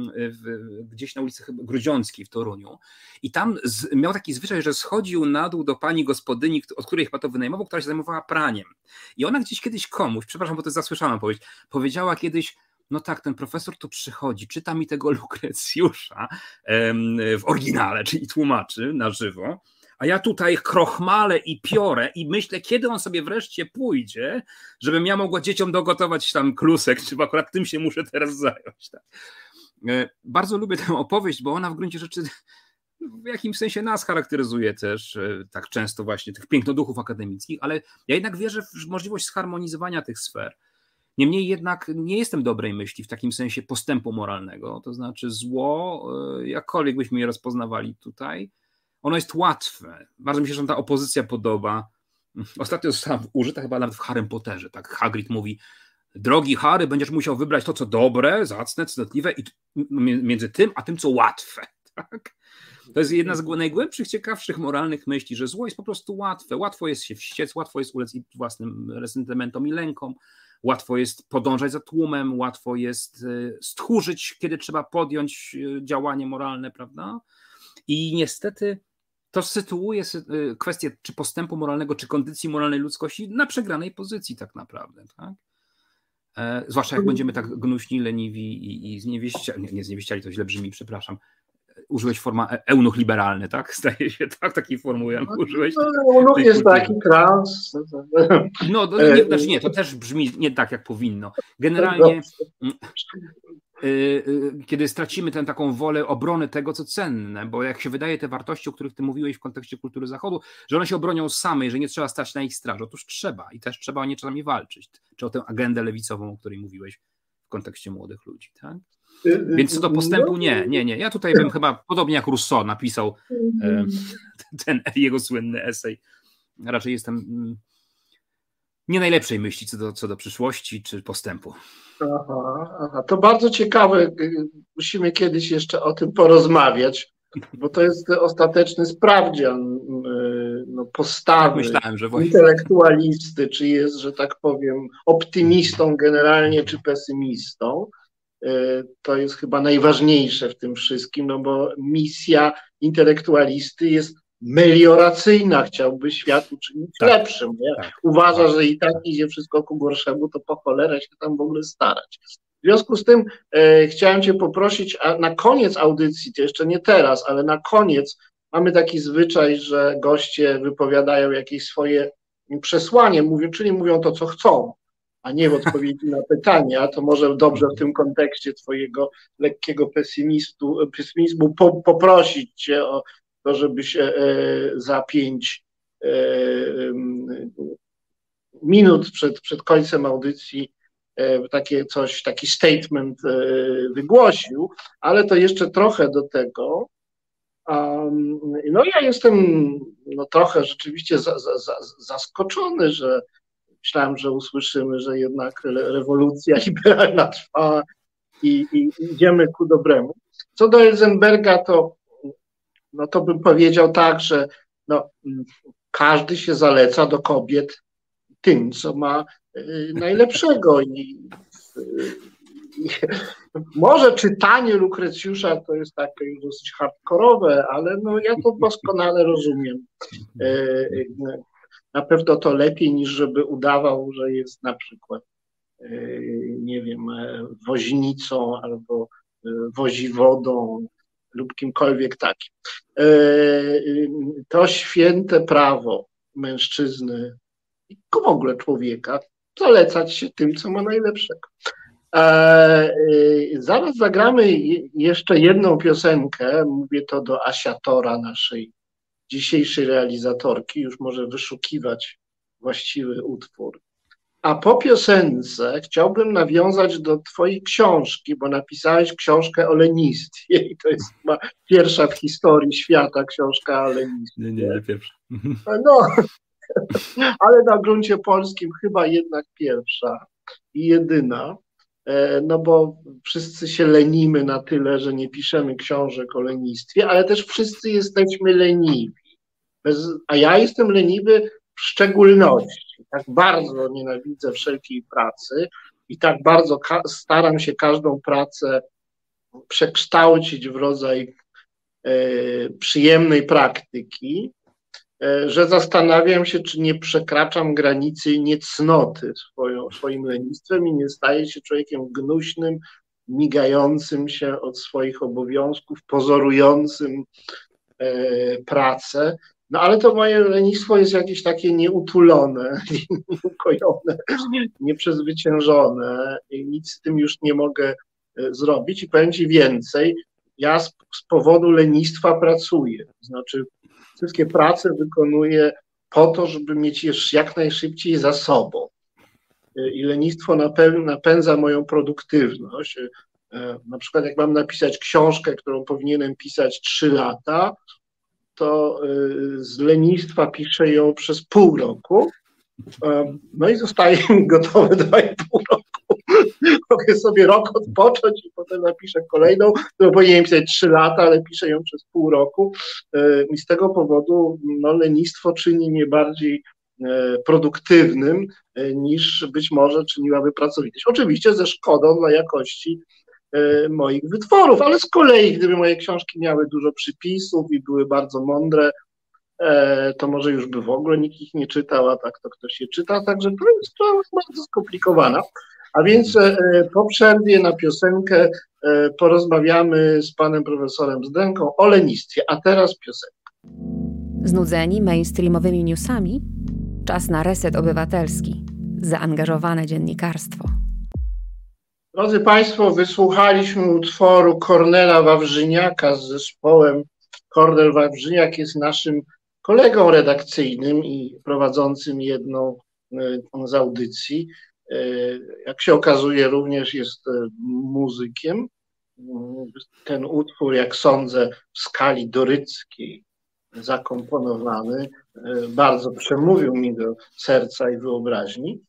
gdzieś na ulicy Grudziąckiej w Toruniu i tam miał taki zwyczaj, że schodził na dół do pani gospodyni, od której chyba to wynajmował, która się zajmowała praniem. I ona gdzieś kiedyś komuś, przepraszam, bo to jest zasłyszana opowieść, powiedziała kiedyś: no tak, ten profesor tu przychodzi, czyta mi tego Lukrecjusza w oryginale, czyli tłumaczy na żywo, a ja tutaj krochmalę i piorę i myślę, kiedy on sobie wreszcie pójdzie, żebym ja mogła dzieciom dogotować tam klusek, czy akurat tym się muszę teraz zająć. Tak. Bardzo lubię tę opowieść, bo ona w gruncie rzeczy w jakimś sensie nas charakteryzuje też tak często właśnie tych pięknoduchów akademickich, ale ja jednak wierzę w możliwość zharmonizowania tych sfer. Niemniej jednak nie jestem dobrej myśli w takim sensie postępu moralnego, to znaczy zło, jakkolwiek byśmy je rozpoznawali tutaj, ono jest łatwe. Bardzo mi się, że ta opozycja podoba. Ostatnio została użyta chyba nawet w Harrym Potterze. Tak, Hagrid mówi: drogi Harry, będziesz musiał wybrać to, co dobre, zacne, cnotliwe i między tym, a tym, co łatwe. Tak? To jest jedna z najgłębszych, ciekawszych moralnych myśli, że zło jest po prostu łatwe. Łatwo jest się wściec, łatwo jest ulec własnym resentymentom i lękom, łatwo jest podążać za tłumem, łatwo jest stchórzyć, kiedy trzeba podjąć działanie moralne, prawda? I niestety to sytuuje kwestię czy postępu moralnego, czy kondycji moralnej ludzkości na przegranej pozycji tak naprawdę, tak? Zwłaszcza jak będziemy tak gnuśni, leniwi i zniewieściali, nie zniewieściali, to źle brzmi, przepraszam. Użyłeś forma eunuch liberalny, tak? Zdaje się, tak? Takiej formuły użyłeś. Eunuch jest taki trans. No, nie, to też brzmi nie tak, jak powinno. Generalnie, kiedy stracimy tę taką wolę obrony tego, co cenne, bo jak się wydaje, te wartości, o których ty mówiłeś w kontekście kultury Zachodu, że one się obronią same, że nie trzeba stać na ich straży. Otóż trzeba i też trzeba o nie czasami walczyć. Czy o tę agendę lewicową, o której mówiłeś w kontekście młodych ludzi, tak? Więc co do postępu, nie. Ja tutaj bym chyba, podobnie jak Rousseau napisał ten jego słynny esej, raczej jestem nie najlepszej myśli co do przyszłości czy postępu. Aha, to bardzo ciekawe. Musimy kiedyś jeszcze o tym porozmawiać, bo to jest ostateczny sprawdzian postawy myślałem, że właśnie intelektualisty, czy jest, że tak powiem, optymistą generalnie, czy pesymistą. To jest chyba najważniejsze w tym wszystkim, no bo misja intelektualisty jest melioracyjna, chciałby świat uczynić lepszym. Nie? Tak. Uważa, że i tak idzie wszystko ku gorszemu, to po cholerę się tam w ogóle starać. W związku z tym chciałem cię poprosić, a na koniec audycji, to jeszcze nie teraz, ale na koniec mamy taki zwyczaj, że goście wypowiadają jakieś swoje przesłanie, czyli mówią to, co chcą, a nie w odpowiedzi na pytania. To może dobrze w tym kontekście twojego lekkiego pesymizmu poprosić cię o to, żebyś za 5 minut przed końcem audycji taki statement wygłosił, ale to jeszcze trochę do tego. No ja jestem trochę rzeczywiście zaskoczony, że myślałem, że usłyszymy, że jednak rewolucja liberalna trwa i idziemy ku dobremu. Co do Elzenberga, to bym powiedział tak, że każdy się zaleca do kobiet tym, co ma najlepszego i może czytanie Lukrecjusza to jest takie już dosyć hardkorowe, ale ja to doskonale rozumiem. Na pewno to lepiej, niż żeby udawał, że jest na przykład, nie wiem, woźnicą albo woziwodą lub kimkolwiek takim. To święte prawo mężczyzny i w ogóle człowieka zalecać się tym, co ma najlepszego. Zaraz zagramy jeszcze jedną piosenkę, mówię to do Asiatora, naszej dzisiejszej realizatorki, już może wyszukiwać właściwy utwór. A po piosence chciałbym nawiązać do twojej książki, bo napisałeś książkę o lenistwie i to jest chyba pierwsza w historii świata książka o lenistwie. Nie pierwsza. Ale na gruncie polskim chyba jednak pierwsza i jedyna, bo wszyscy się lenimy na tyle, że nie piszemy książek o lenistwie, ale też wszyscy jesteśmy leniwi. A ja jestem leniwy w szczególności. Tak bardzo nienawidzę wszelkiej pracy i tak bardzo staram się każdą pracę przekształcić w rodzaj przyjemnej praktyki, że zastanawiam się, czy nie przekraczam granicy niecnoty swoim lenistwem i nie staję się człowiekiem gnuśnym, migającym się od swoich obowiązków, pozorującym pracę. Ale to moje lenistwo jest jakieś takie nieutulone, nieukojone, nieprzezwyciężone i nic z tym już nie mogę zrobić. I powiem ci więcej, ja z powodu lenistwa pracuję. To znaczy wszystkie prace wykonuję po to, żeby mieć je jak najszybciej za sobą. I lenistwo napędza moją produktywność. Na przykład jak mam napisać książkę, którą powinienem pisać 3 lata, to z lenistwa piszę ją przez pół roku. No i zostaje mi gotowe 2,5 roku. Mogę sobie rok odpocząć i potem napiszę kolejną. No powinienem pisać 3 lata, ale piszę ją przez pół roku. I z tego powodu lenistwo czyni mnie bardziej produktywnym niż być może czyniłaby pracowitość. Oczywiście ze szkodą dla jakości moich wytworów, ale z kolei gdyby moje książki miały dużo przypisów i były bardzo mądre, to może już by w ogóle nikt ich nie czytał, a tak to ktoś je czyta, także to jest bardzo skomplikowana. A więc po przerwie na piosenkę porozmawiamy z panem profesorem Zdręką o lenistwie, a teraz piosenka. Znudzeni mainstreamowymi newsami? Czas na reset obywatelski. Zaangażowane dziennikarstwo. Drodzy Państwo, wysłuchaliśmy utworu Kornela Wawrzyniaka z zespołem. Kornel Wawrzyniak jest naszym kolegą redakcyjnym i prowadzącym jedną z audycji. Jak się okazuje, również jest muzykiem. Ten utwór, jak sądzę, w skali doryckiej zakomponowany, bardzo przemówił mi do serca i wyobraźni.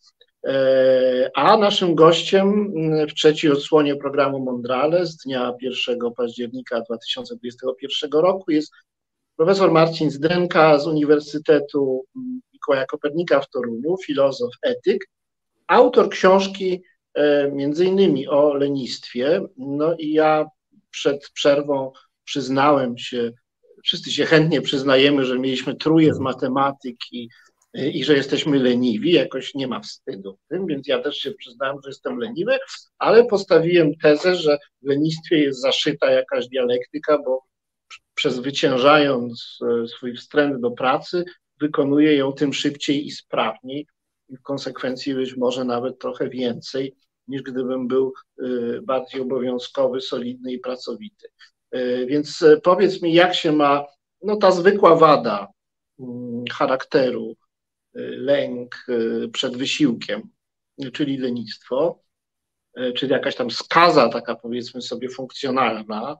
A naszym gościem w trzeciej odsłonie programu Mondrale z dnia 1 października 2021 roku jest profesor Marcin Zdręka z Uniwersytetu Mikołaja Kopernika w Toruniu, filozof, etyk, autor książki między innymi o lenistwie. No i ja przed przerwą przyznałem się, wszyscy się chętnie przyznajemy, że mieliśmy trójkę z matematyki i że jesteśmy leniwi, jakoś nie ma wstydu w tym, więc ja też się przyznałem, że jestem leniwy, ale postawiłem tezę, że w lenistwie jest zaszyta jakaś dialektyka, bo przezwyciężając swój wstręt do pracy, wykonuje ją tym szybciej i sprawniej i w konsekwencji być może nawet trochę więcej, niż gdybym był bardziej obowiązkowy, solidny i pracowity. Więc powiedz mi, jak się ma ta zwykła wada charakteru, lęk przed wysiłkiem, czyli lenistwo, czyli jakaś tam skaza taka, powiedzmy sobie, funkcjonalna,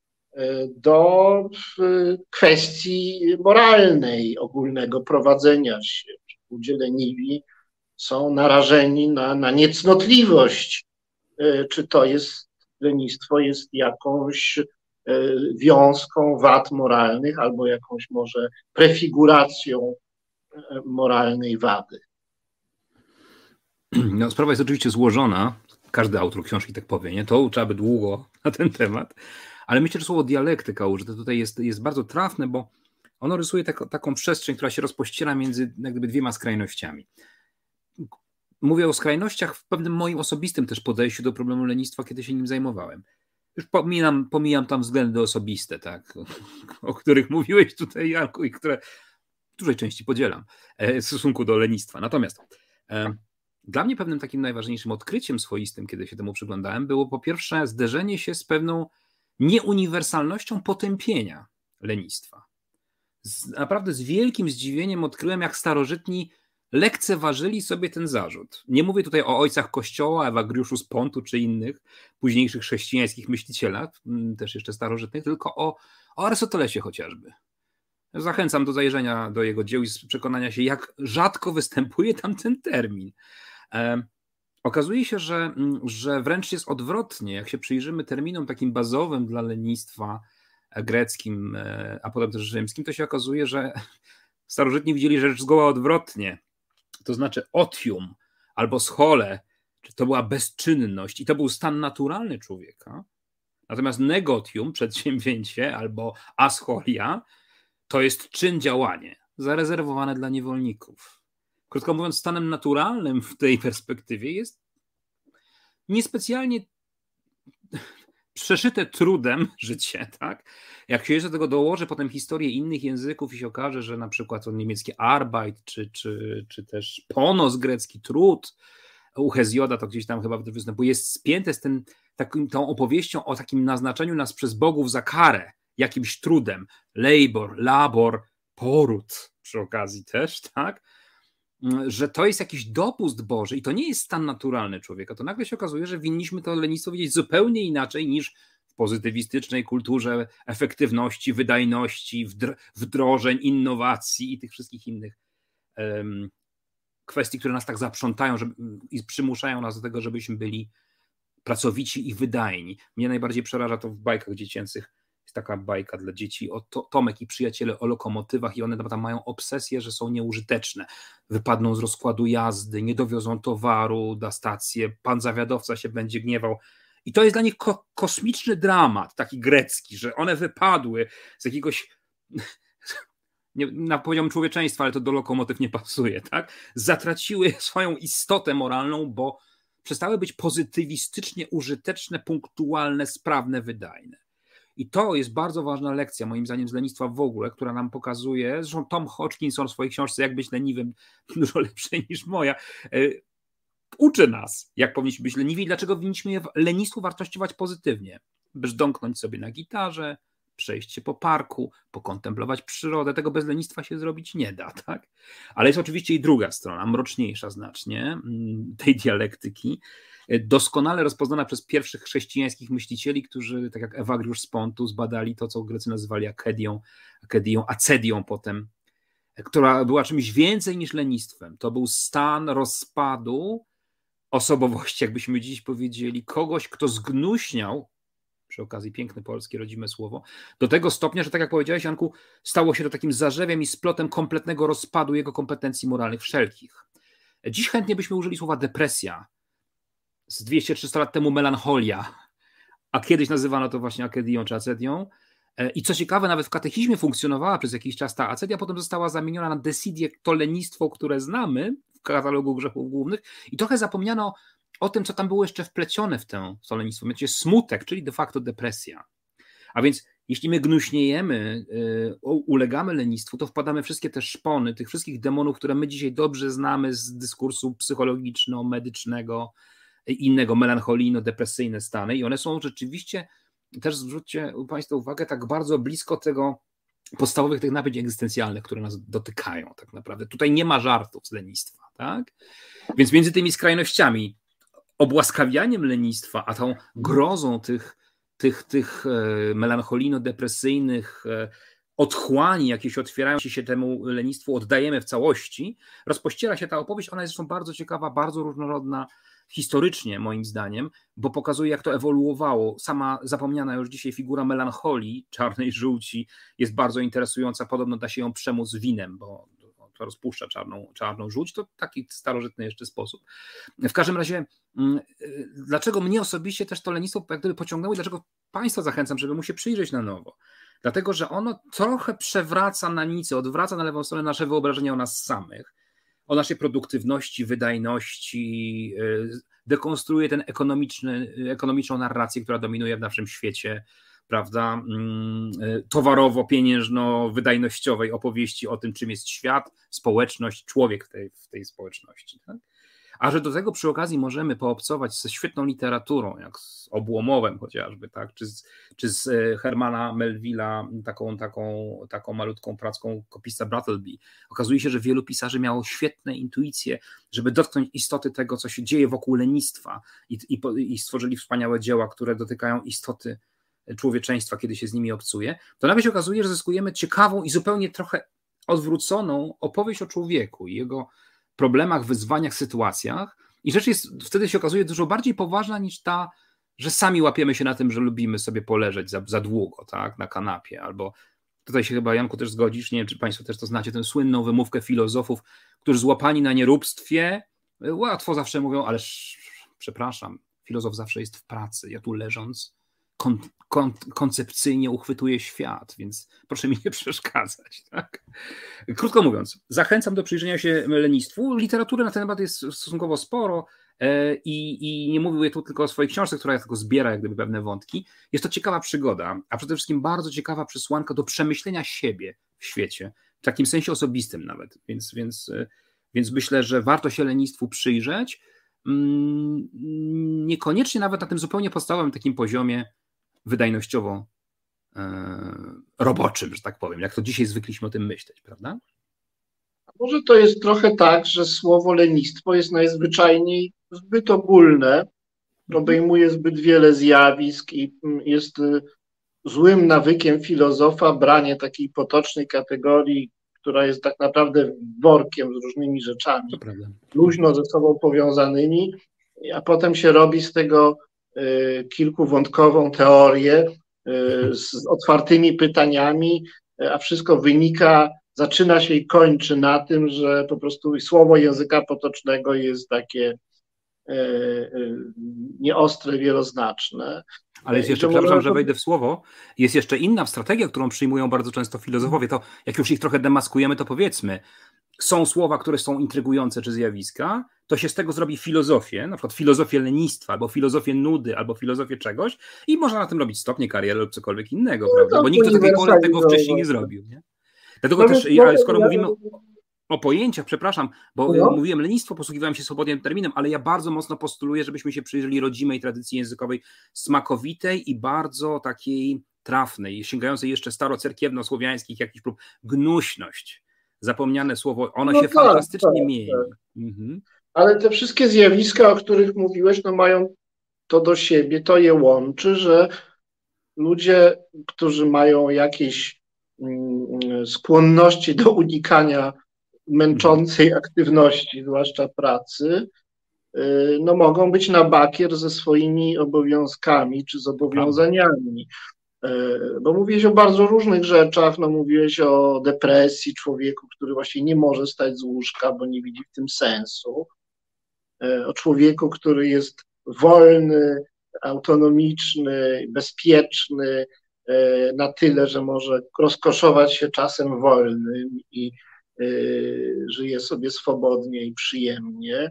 do kwestii moralnej, ogólnego prowadzenia się. Ludzie leniwi są narażeni na niecnotliwość. Czy to jest, lenistwo jest jakąś wiązką wad moralnych albo jakąś może prefiguracją moralnej wady? No, sprawa jest oczywiście złożona. Każdy autor książki tak powie, nie? To trzeba by długo na ten temat. Ale myślę, że słowo dialektyka użyte tutaj jest bardzo trafne, bo ono rysuje taką przestrzeń, która się rozpościera między jak gdyby dwiema skrajnościami. Mówię o skrajnościach w pewnym moim osobistym też podejściu do problemu lenistwa, kiedy się nim zajmowałem. Już pomijam tam względy osobiste, tak, o których mówiłeś tutaj, Janku, i które w dużej części podzielam w stosunku do lenistwa. Natomiast dla mnie pewnym takim najważniejszym odkryciem swoistym, kiedy się temu przyglądałem, było po pierwsze zderzenie się z pewną nieuniwersalnością potępienia lenistwa. Naprawdę z wielkim zdziwieniem odkryłem, jak starożytni lekceważyli sobie ten zarzut. Nie mówię tutaj o ojcach Kościoła, Ewagriuszu z Pontu czy innych późniejszych chrześcijańskich myślicielach, też jeszcze starożytnych, tylko o Arystotelesie chociażby. Zachęcam do zajrzenia do jego dzieł i przekonania się, jak rzadko występuje tam ten termin. Okazuje się, że wręcz jest odwrotnie. Jak się przyjrzymy terminom takim bazowym dla lenistwa greckim, a potem też rzymskim, to się okazuje, że starożytni widzieli rzecz zgoła odwrotnie. To znaczy otium albo schole, czy to była bezczynność i to był stan naturalny człowieka. Natomiast negotium, przedsięwzięcie albo ascholia, to jest czyn, działanie zarezerwowane dla niewolników. Krótko mówiąc, stanem naturalnym w tej perspektywie jest niespecjalnie przeszyte trudem życie, tak? Jak się jeszcze do tego dołoży potem historię innych języków i się okaże, że na przykład niemiecki Arbeit, czy też ponos grecki, trud, u Hezjoda to gdzieś tam chyba występuje, jest spięte z tą opowieścią o takim naznaczeniu nas przez bogów za karę, jakimś trudem, labor, poród przy okazji też, tak? Że to jest jakiś dopust Boży i to nie jest stan naturalny człowieka, to nagle się okazuje, że winniśmy to lenistwo widzieć zupełnie inaczej niż w pozytywistycznej kulturze efektywności, wydajności, wdrożeń, innowacji i tych wszystkich innych kwestii, które nas tak zaprzątają i przymuszają nas do tego, żebyśmy byli pracowici i wydajni. Mnie najbardziej przeraża to w bajkach dziecięcych. Jest taka bajka dla dzieci o Tomek i przyjaciele o lokomotywach i one tam mają obsesję, że są nieużyteczne. Wypadną z rozkładu jazdy, nie dowiozą towaru na stację, pan zawiadowca się będzie gniewał. I to jest dla nich kosmiczny dramat, taki grecki, że one wypadły z jakiegoś, nie powiedziałbym człowieczeństwa, ale to do lokomotyw nie pasuje, tak? Zatraciły swoją istotę moralną, bo przestały być pozytywistycznie użyteczne, punktualne, sprawne, wydajne. I to jest bardzo ważna lekcja, moim zdaniem, z lenistwa w ogóle, która nam pokazuje, zresztą Tom Hodgkinson w swojej książce Jak być leniwym, dużo lepszej niż moja, uczy nas, jak powinniśmy być leniwi i dlaczego powinniśmy lenistwo wartościować pozytywnie. Brzdąknąć sobie na gitarze, przejść się po parku, pokontemplować przyrodę. Tego bez lenistwa się zrobić nie da, tak? Ale jest oczywiście i druga strona, mroczniejsza znacznie tej dialektyki, doskonale rozpoznana przez pierwszych chrześcijańskich myślicieli, którzy, tak jak Evagriusz z Pontu, zbadali to, co Grecy nazywali acedią potem, która była czymś więcej niż lenistwem. To był stan rozpadu osobowości, jakbyśmy dziś powiedzieli, kogoś, kto zgnuśniał, przy okazji piękne polskie rodzime słowo, do tego stopnia, że tak jak powiedziałeś, Janku, stało się to takim zarzewiem i splotem kompletnego rozpadu jego kompetencji moralnych wszelkich. Dziś chętnie byśmy użyli słowa depresja, z 200-300 lat temu melancholia, a kiedyś nazywano to właśnie akedią czy acedią. I co ciekawe, nawet w katechizmie funkcjonowała przez jakiś czas ta acedia, potem została zamieniona na desidię, to lenistwo, które znamy w katalogu grzechów głównych i trochę zapomniano o tym, co tam było jeszcze wplecione w to lenistwo, mianowicie smutek, czyli de facto depresja. A więc jeśli my gnuśniejemy, ulegamy lenistwu, to wpadamy w wszystkie te szpony, tych wszystkich demonów, które my dzisiaj dobrze znamy z dyskursu psychologiczno-medycznego i innego, melancholijno-depresyjne stany i one są rzeczywiście, też zwróćcie Państwo uwagę, tak bardzo blisko tego podstawowych tych napięć egzystencjalnych, które nas dotykają tak naprawdę. Tutaj nie ma żartów z lenistwa, tak? Więc między tymi skrajnościami, obłaskawianiem lenistwa, a tą grozą tych melancholijno-depresyjnych otchłani, jakie się otwierają się temu lenistwu, oddajemy w całości, rozpościera się ta opowieść, ona jest zresztą bardzo ciekawa, bardzo różnorodna historycznie moim zdaniem, bo pokazuje, jak to ewoluowało. Sama zapomniana już dzisiaj figura melancholii, czarnej żółci, jest bardzo interesująca, podobno da się ją przemóc winem, bo to rozpuszcza czarną żółć, to taki starożytny jeszcze sposób. W każdym razie, dlaczego mnie osobiście też to lenistwo jak gdyby pociągnęło i dlaczego Państwa zachęcam, żeby mu się przyjrzeć na nowo? Dlatego, że ono trochę przewraca na nicę, odwraca na lewą stronę nasze wyobrażenia o nas samych, o naszej produktywności, wydajności, dekonstruuje tę ekonomiczną narrację, która dominuje w naszym świecie, prawda, towarowo-pieniężno-wydajnościowej opowieści o tym, czym jest świat, społeczność, człowiek w tej społeczności. Tak? A że do tego przy okazji możemy poobcować ze świetną literaturą, jak z Obłomowem chociażby, tak? czy z Hermana Melville'a, taką malutką pracką kopista Brattleby. Okazuje się, że wielu pisarzy miało świetne intuicje, żeby dotknąć istoty tego, co się dzieje wokół lenistwa i stworzyli wspaniałe dzieła, które dotykają istoty człowieczeństwa, kiedy się z nimi obcuje. To nagle się okazuje, że zyskujemy ciekawą i zupełnie trochę odwróconą opowieść o człowieku i jego problemach, wyzwaniach, sytuacjach i rzecz jest, wtedy się okazuje dużo bardziej poważna niż ta, że sami łapiemy się na tym, że lubimy sobie poleżeć za długo, tak, na kanapie, albo tutaj się chyba, Janku, też zgodzisz, nie wiem, czy Państwo też to znacie, tę słynną wymówkę filozofów, którzy złapani na nieróbstwie łatwo zawsze mówią, ale przepraszam, filozof zawsze jest w pracy, ja tu leżąc koncepcyjnie uchwytuję świat, więc proszę mi nie przeszkadzać. Tak? Krótko mówiąc, zachęcam do przyjrzenia się lenistwu. Literatury na ten temat jest stosunkowo sporo i nie mówię tu tylko o swojej książce, która tylko zbiera jak gdyby pewne wątki. Jest to ciekawa przygoda, a przede wszystkim bardzo ciekawa przesłanka do przemyślenia siebie w świecie, w takim sensie osobistym nawet, więc myślę, że warto się lenistwu przyjrzeć, niekoniecznie nawet na tym zupełnie podstawowym takim poziomie wydajnościowo roboczym, że tak powiem, jak to dzisiaj zwykliśmy o tym myśleć, prawda? Może to jest trochę tak, że słowo lenistwo jest najzwyczajniej zbyt ogólne, obejmuje zbyt wiele zjawisk i jest złym nawykiem filozofa branie takiej potocznej kategorii, która jest tak naprawdę workiem z różnymi rzeczami, luźno ze sobą powiązanymi, a potem się robi z tego kilkuwątkową teorię z otwartymi pytaniami, a wszystko zaczyna się i kończy na tym, że po prostu słowo języka potocznego jest takie nieostre, wieloznaczne. Ale jest jeszcze, przepraszam, że wejdę w słowo, jest jeszcze inna strategia, którą przyjmują bardzo często filozofowie. To jak już ich trochę demaskujemy, to powiedzmy, są słowa, które są intrygujące czy zjawiska, to się z tego zrobi filozofię, na przykład filozofię lenistwa, albo filozofię nudy, albo filozofię czegoś i można na tym robić stopnie, karierę lub cokolwiek innego, prawda? Bo nikt do tej pory tego wcześniej nie zrobił. Nie? Dlatego też, ale skoro mówimy o pojęciach, przepraszam, bo mówiłem lenistwo, posługiwałem się swobodnym terminem, ale ja bardzo mocno postuluję, żebyśmy się przyjrzeli rodzimej tradycji językowej, smakowitej i bardzo takiej trafnej, sięgającej jeszcze starocerkiewno-słowiańskich jakichś prób. Gnuśność, zapomniane słowo, ono się fantastycznie mieni. Mhm. Ale te wszystkie zjawiska, o których mówiłeś, no mają to do siebie, to je łączy, że ludzie, którzy mają jakieś skłonności do unikania męczącej aktywności, zwłaszcza pracy, no mogą być na bakier ze swoimi obowiązkami czy zobowiązaniami. Bo mówiłeś o bardzo różnych rzeczach, no mówiłeś o depresji, człowieku, który właśnie nie może stać z łóżka, bo nie widzi w tym sensu, o człowieku, który jest wolny, autonomiczny, bezpieczny, na tyle, że może rozkoszować się czasem wolnym i żyje sobie swobodnie i przyjemnie.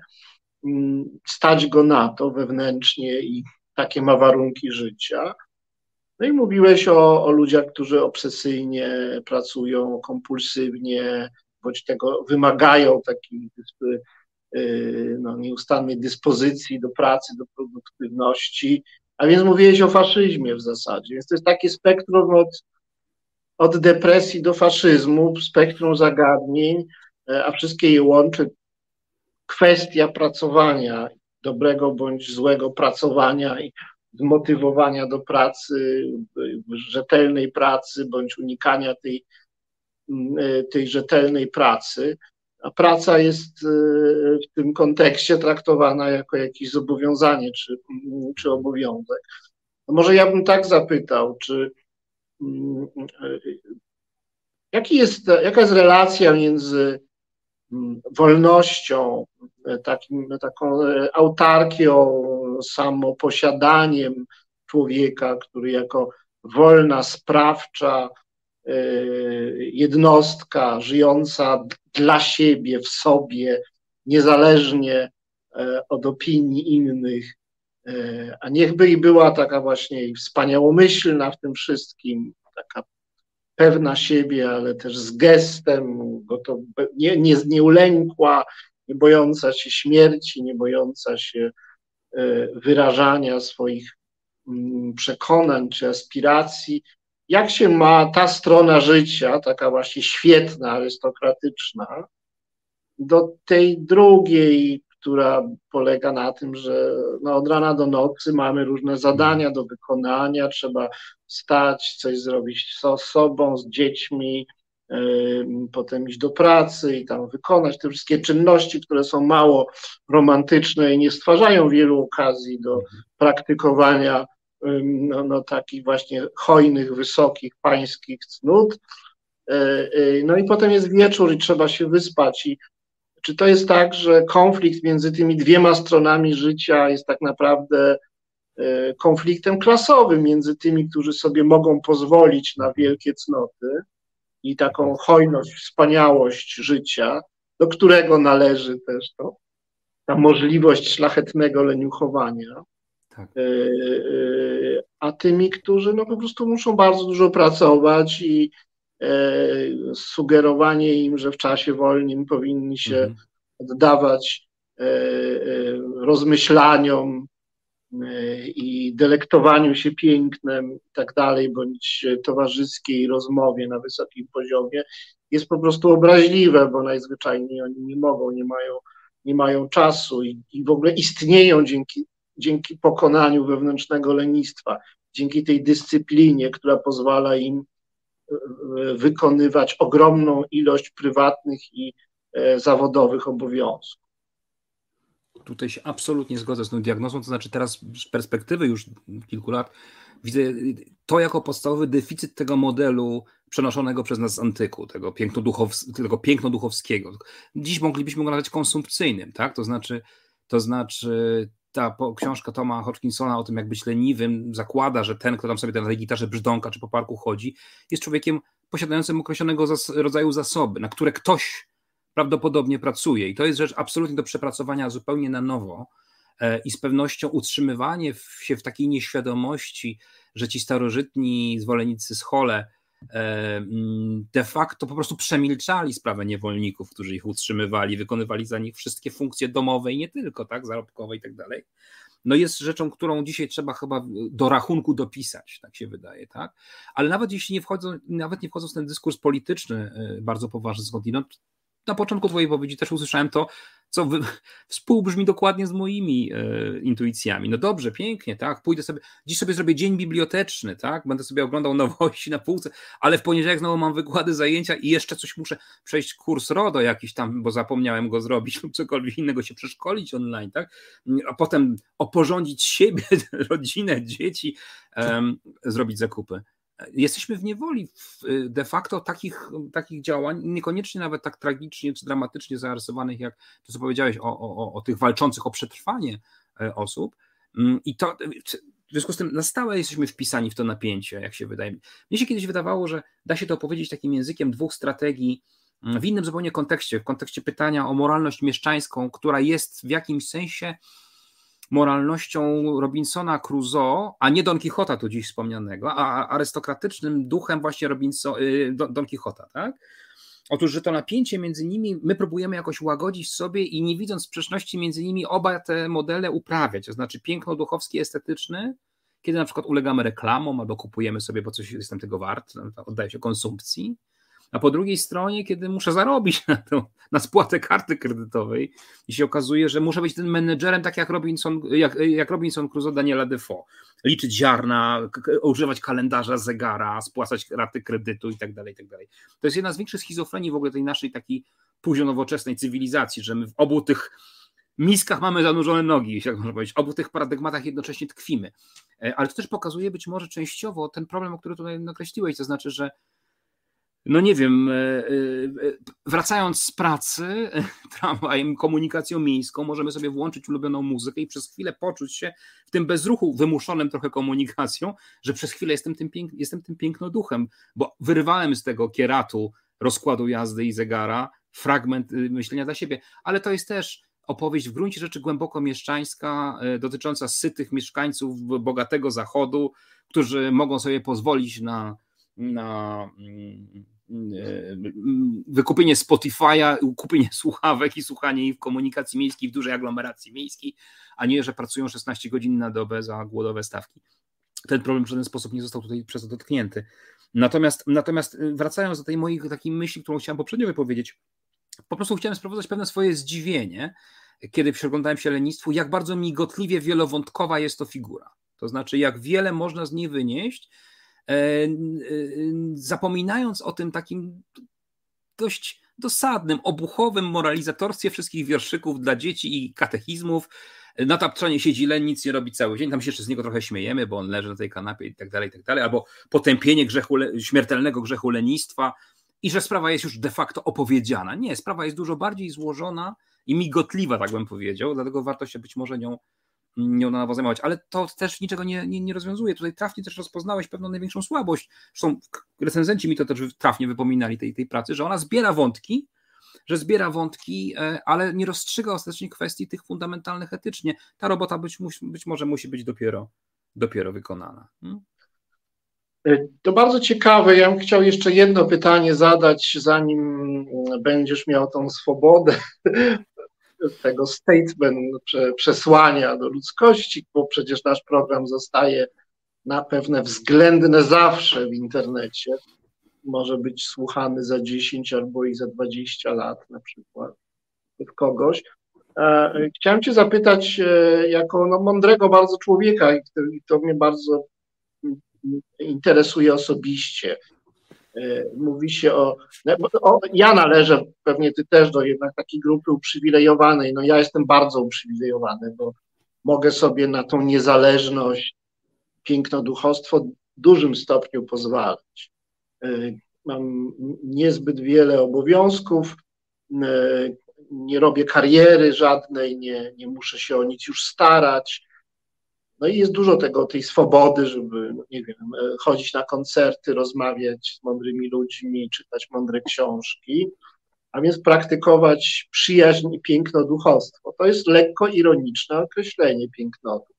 Stać go na to wewnętrznie i takie ma warunki życia. No i mówiłeś o ludziach, którzy obsesyjnie pracują, kompulsywnie, bądź tego wymagają takiej nieustannej dyspozycji do pracy, do produktywności. A więc mówiłeś o faszyzmie w zasadzie. Więc to jest takie spektrum od depresji do faszyzmu, spektrum zagadnień, a wszystkie je łączy kwestia pracowania, dobrego bądź złego pracowania i zmotywowania do pracy, rzetelnej pracy, bądź unikania tej rzetelnej pracy. A praca jest w tym kontekście traktowana jako jakieś zobowiązanie czy obowiązek. No może ja bym tak zapytał, jaka jest relacja między wolnością, taką autarkią, samoposiadaniem człowieka, który jako wolna, sprawcza jednostka żyjąca dla siebie, w sobie, niezależnie od opinii innych, a niechby i była taka właśnie wspaniałomyślna w tym wszystkim, taka pewna siebie, ale też z gestem, nie ulękła, nie bojąca się śmierci, nie bojąca się wyrażania swoich przekonań czy aspiracji. Jak się ma ta strona życia, taka właśnie świetna, arystokratyczna, do tej drugiej, która polega na tym, że od rana do nocy mamy różne zadania do wykonania, trzeba wstać, coś zrobić z sobą, z dziećmi, potem iść do pracy i tam wykonać te wszystkie czynności, które są mało romantyczne i nie stwarzają wielu okazji do praktykowania takich właśnie hojnych, wysokich, pańskich cnót. No i potem jest wieczór i trzeba się wyspać. I czy to jest tak, że konflikt między tymi dwiema stronami życia jest tak naprawdę konfliktem klasowym między tymi, którzy sobie mogą pozwolić na wielkie cnoty i taką hojność, wspaniałość życia, do którego należy też ta możliwość szlachetnego leniuchowania, tak. A tymi, którzy po prostu muszą bardzo dużo pracować i sugerowanie im, że w czasie wolnym powinni się oddawać rozmyślaniom i delektowaniu się pięknem i tak dalej, bądź towarzyskiej rozmowie na wysokim poziomie, jest po prostu obraźliwe, bo najzwyczajniej oni nie mogą, nie mają czasu i w ogóle istnieją dzięki pokonaniu wewnętrznego lenistwa, dzięki tej dyscyplinie, która pozwala im wykonywać ogromną ilość prywatnych i zawodowych obowiązków. Tutaj się absolutnie zgodzę z tą diagnozą, to znaczy teraz z perspektywy już kilku lat widzę to jako podstawowy deficyt tego modelu przenoszonego przez nas z antyku, tego piękno-duchowskiego. Dziś moglibyśmy go nazwać konsumpcyjnym, tak? To znaczy ta książka Toma Hodgkinsona o tym, jak być leniwym, zakłada, że ten, kto tam sobie na tej gitarze brzdąka czy po parku chodzi, jest człowiekiem posiadającym określonego rodzaju zasoby, na które ktoś prawdopodobnie pracuje. I to jest rzecz absolutnie do przepracowania zupełnie na nowo i z pewnością utrzymywanie się w takiej nieświadomości, że ci starożytni zwolennicy Schole de facto po prostu przemilczali sprawę niewolników, którzy ich utrzymywali, wykonywali za nich wszystkie funkcje domowe i nie tylko, tak, zarobkowe i tak dalej. No jest rzeczą, którą dzisiaj trzeba chyba do rachunku dopisać, tak się wydaje, tak? Ale nawet jeśli nie wchodzą w ten dyskurs polityczny bardzo poważny skądinąd, na początku twojej wypowiedzi też usłyszałem to, co współbrzmi dokładnie z moimi intuicjami. No dobrze, pięknie, tak, dziś sobie zrobię dzień biblioteczny, tak, będę sobie oglądał nowości na półce, ale w poniedziałek znowu mam wykłady, zajęcia i jeszcze coś muszę przejść kurs RODO jakiś tam, bo zapomniałem go zrobić lub cokolwiek innego, się przeszkolić online, tak, a potem oporządzić siebie, rodzinę, dzieci, zrobić zakupy. Jesteśmy w niewoli de facto takich działań, niekoniecznie nawet tak tragicznie czy dramatycznie zarysowanych, jak to, co powiedziałeś o tych walczących o przetrwanie osób. I to w związku z tym na stałe jesteśmy wpisani w to napięcie, jak się wydaje. Mnie się kiedyś wydawało, że da się to opowiedzieć takim językiem dwóch strategii, w innym zupełnie kontekście, w kontekście pytania o moralność mieszczańską, która jest w jakimś sensie moralnością Robinsona Crusoe, a nie Don Quixota tu dziś wspomnianego, a arystokratycznym duchem właśnie Don Quixota, tak? Otóż, że to napięcie między nimi my próbujemy jakoś łagodzić sobie i nie widząc sprzeczności między nimi oba te modele uprawiać, to znaczy piękno-duchowski, estetyczny, kiedy na przykład ulegamy reklamom albo kupujemy sobie, bo coś jestem tego wart, oddaję się konsumpcji, a po drugiej stronie, kiedy muszę zarobić na spłatę karty kredytowej i się okazuje, że muszę być tym menedżerem, tak jak Robinson Crusoe Daniela Defoe. Liczyć ziarna, używać kalendarza, zegara, spłacać raty kredytu i tak dalej, i tak dalej. To jest jedna z większych schizofrenii w ogóle tej naszej takiej późno nowoczesnej cywilizacji, że my w obu tych miskach mamy zanurzone nogi, jak można powiedzieć, w obu tych paradygmatach jednocześnie tkwimy. Ale to też pokazuje być może częściowo ten problem, o który tutaj nakreśliłeś, to znaczy, że no nie wiem, wracając z pracy, tramwajem, komunikacją miejską, możemy sobie włączyć ulubioną muzykę i przez chwilę poczuć się w tym bezruchu wymuszonym trochę komunikacją, że przez chwilę jestem tym pięknoduchem, bo wyrwałem z tego kieratu rozkładu jazdy i zegara fragment myślenia dla siebie, ale to jest też opowieść w gruncie rzeczy głęboko mieszczańska, dotycząca sytych mieszkańców bogatego zachodu, którzy mogą sobie pozwolić na wykupienie Spotify'a, kupienie słuchawek i słuchanie ich w komunikacji miejskiej, w dużej aglomeracji miejskiej, a nie, że pracują 16 godzin na dobę za głodowe stawki. Ten problem w żaden sposób nie został tutaj przez to dotknięty. Natomiast wracając do tej mojej takiej myśli, którą chciałem poprzednio wypowiedzieć, po prostu chciałem sprowadzać pewne swoje zdziwienie, kiedy przyglądałem się lenistwu, jak bardzo migotliwie wielowątkowa jest to figura. To znaczy, jak wiele można z niej wynieść, zapominając o tym takim dość dosadnym, obuchowym moralizatorstwie wszystkich wierszyków dla dzieci i katechizmów. Na tapczanie siedzi len, nic nie robi cały dzień, tam się jeszcze z niego trochę śmiejemy, bo on leży na tej kanapie i tak dalej, albo potępienie śmiertelnego grzechu lenistwa i że sprawa jest już de facto opowiedziana. Nie, sprawa jest dużo bardziej złożona i migotliwa, tak bym powiedział, dlatego warto się być może nią na nowo zajmować, ale to też niczego nie rozwiązuje. Tutaj trafnie też rozpoznałeś pewną największą słabość. Zresztą recenzenci mi to też trafnie wypominali tej pracy, że ona zbiera wątki, ale nie rozstrzyga ostatecznie kwestii tych fundamentalnych etycznie. Ta robota być może musi być dopiero wykonana. To bardzo ciekawe. Ja bym chciał jeszcze jedno pytanie zadać, zanim będziesz miał tą swobodę tego statement, przesłania do ludzkości, bo przecież nasz program zostaje na pewne względne zawsze w internecie. Może być słuchany za 10 albo i za 20 lat na przykład w kogoś. Chciałem cię zapytać, jako mądrego bardzo człowieka, i to mnie bardzo interesuje osobiście. Mówi się ja należę, pewnie ty też, do jednak takiej grupy uprzywilejowanej. No ja jestem bardzo uprzywilejowany, bo mogę sobie na tą niezależność, piękno, duchostwo w dużym stopniu pozwalać. Mam niezbyt wiele obowiązków, nie robię kariery żadnej, nie muszę się o nic już starać. No i jest dużo tej swobody, żeby, nie wiem, chodzić na koncerty, rozmawiać z mądrymi ludźmi, czytać mądre książki, a więc praktykować przyjaźń i piękno duchostwo. To jest lekko ironiczne określenie pięknoty.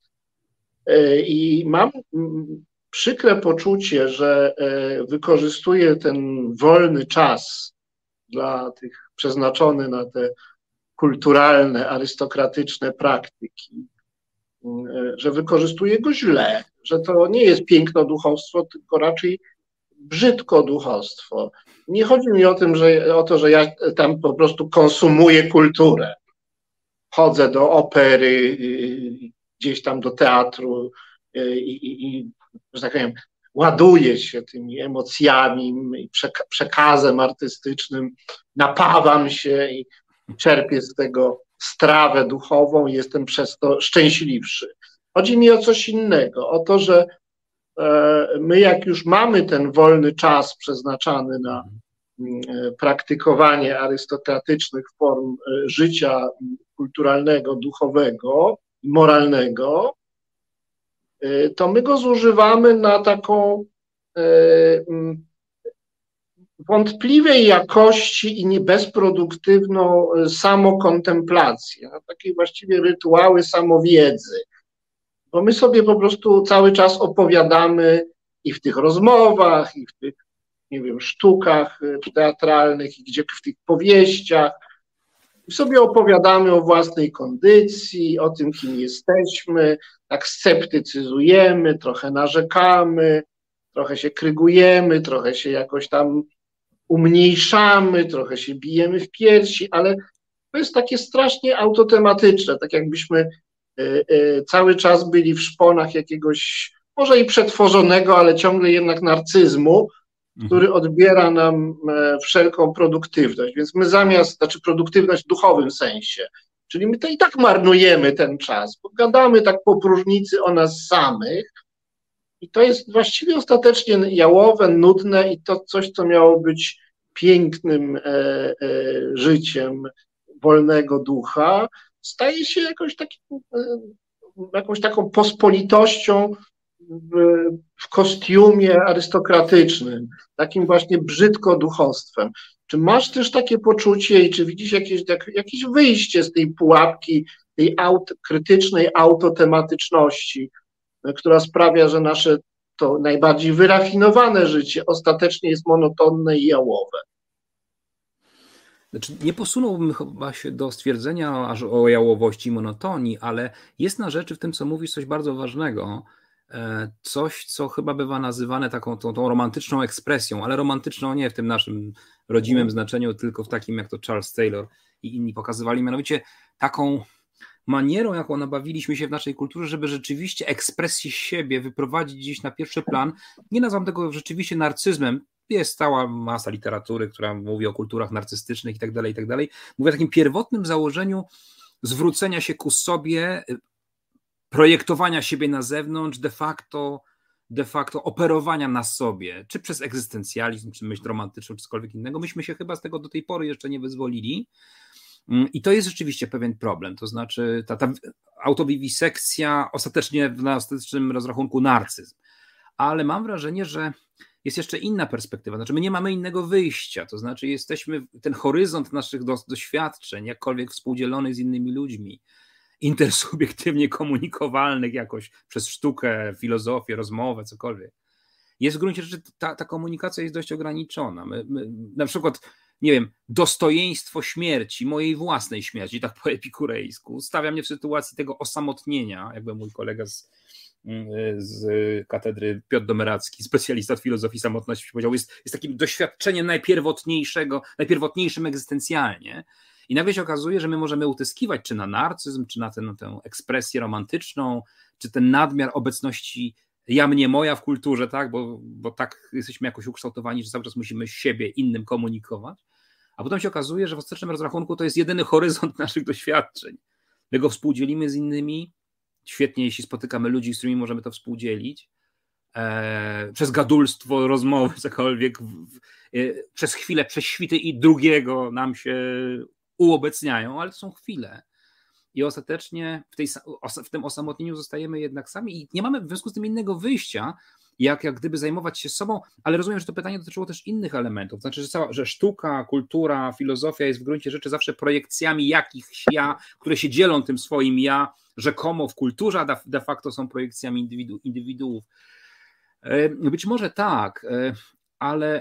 I mam przykre poczucie, że wykorzystuję ten wolny czas dla tych przeznaczony na te kulturalne, arystokratyczne praktyki, że wykorzystuje go źle, że to nie jest piękno duchostwo, tylko raczej brzydko duchostwo. Nie chodzi mi o to, że ja tam po prostu konsumuję kulturę. Chodzę do opery, gdzieś tam do teatru i że tak powiem, ładuję się tymi emocjami i przekazem artystycznym, napawam się i czerpię z tego strawę duchową i jestem przez to szczęśliwszy. Chodzi mi o coś innego, o to, że my jak już mamy ten wolny czas przeznaczany na praktykowanie arystokratycznych form życia kulturalnego, duchowego i moralnego, to my go zużywamy na taką wątpliwej jakości i bezproduktywną samokontemplację, na takie właściwie rytuały samowiedzy. Bo my sobie po prostu cały czas opowiadamy i w tych rozmowach, i w tych, nie wiem, sztukach teatralnych, i gdzie w tych powieściach, i sobie opowiadamy o własnej kondycji, o tym, kim jesteśmy, tak sceptycyzujemy, trochę narzekamy, trochę się krygujemy, trochę się jakoś tam umniejszamy, trochę się bijemy w piersi, ale to jest takie strasznie autotematyczne, tak jakbyśmy cały czas byli w szponach jakiegoś, może i przetworzonego, ale ciągle jednak narcyzmu, który odbiera nam wszelką produktywność. Więc my znaczy produktywność w duchowym sensie, czyli my to i tak marnujemy ten czas, bo gadamy tak po próżnicy o nas samych i to jest właściwie ostatecznie jałowe, nudne i to coś, co miało być pięknym życiem wolnego ducha, staje się jakąś taką pospolitością w kostiumie arystokratycznym, takim właśnie brzydko duchostwem. Czy masz też takie poczucie i czy widzisz jakieś wyjście z tej pułapki, tej krytycznej autotematyczności, która sprawia, że nasze to najbardziej wyrafinowane życie ostatecznie jest monotonne i jałowe? Znaczy, nie posunąłbym chyba się do stwierdzenia aż o jałowości i monotonii, ale jest na rzeczy w tym, co mówisz, coś bardzo ważnego. Coś, co chyba bywa nazywane taką tą romantyczną ekspresją, ale romantyczną nie w tym naszym rodzimym znaczeniu, tylko w takim, jak to Charles Taylor i inni pokazywali, mianowicie taką manierą, jaką nabawiliśmy się w naszej kulturze, żeby rzeczywiście ekspresję siebie wyprowadzić gdzieś na pierwszy plan. Nie nazywam tego rzeczywiście narcyzmem. Jest cała masa literatury, która mówi o kulturach narcystycznych i tak dalej, i tak dalej. Mówię o takim pierwotnym założeniu zwrócenia się ku sobie, projektowania siebie na zewnątrz, de facto operowania na sobie, czy przez egzystencjalizm, czy myśl romantyczną, czy cokolwiek innego. Myśmy się chyba z tego do tej pory jeszcze nie wyzwolili i to jest rzeczywiście pewien problem, to znaczy ta autowiwisekcja, ostatecznie na ostatecznym rozrachunku narcyzm, ale mam wrażenie, że jest jeszcze inna perspektywa, znaczy my nie mamy innego wyjścia, to znaczy jesteśmy, ten horyzont naszych doświadczeń, jakkolwiek współdzielony z innymi ludźmi, intersubiektywnie komunikowalnych jakoś przez sztukę, filozofię, rozmowę, cokolwiek, jest w gruncie rzeczy, ta komunikacja jest dość ograniczona. My, na przykład, nie wiem, dostojeństwo śmierci, mojej własnej śmierci, tak po epikurejsku, stawia mnie w sytuacji tego osamotnienia, jakby mój kolega z katedry Piotr Domeracki, specjalista od filozofii samotności powiedział, jest takim doświadczeniem najpierwotniejszym egzystencjalnie. I nagle się okazuje, że my możemy utyskiwać czy na narcyzm, czy na tę ekspresję romantyczną, czy ten nadmiar obecności ja, mnie, moja w kulturze, tak? Bo tak jesteśmy jakoś ukształtowani, że cały czas musimy siebie innym komunikować. A potem się okazuje, że w ostatecznym rozrachunku to jest jedyny horyzont naszych doświadczeń. My go współdzielimy z innymi. Świetnie, jeśli spotykamy ludzi, z którymi możemy to współdzielić. Przez gadulstwo, rozmowy, cokolwiek, przez chwilę, przez świty i drugiego nam się uobecniają, ale to są chwile. I ostatecznie w tym osamotnieniu zostajemy jednak sami i nie mamy w związku z tym innego wyjścia, jak gdyby zajmować się sobą, ale rozumiem, że to pytanie dotyczyło też innych elementów. Znaczy, że sztuka, kultura, filozofia jest w gruncie rzeczy zawsze projekcjami jakichś ja, które się dzielą tym swoim ja, rzekomo w kulturze, a de facto są projekcjami indywiduów. Być może tak, ale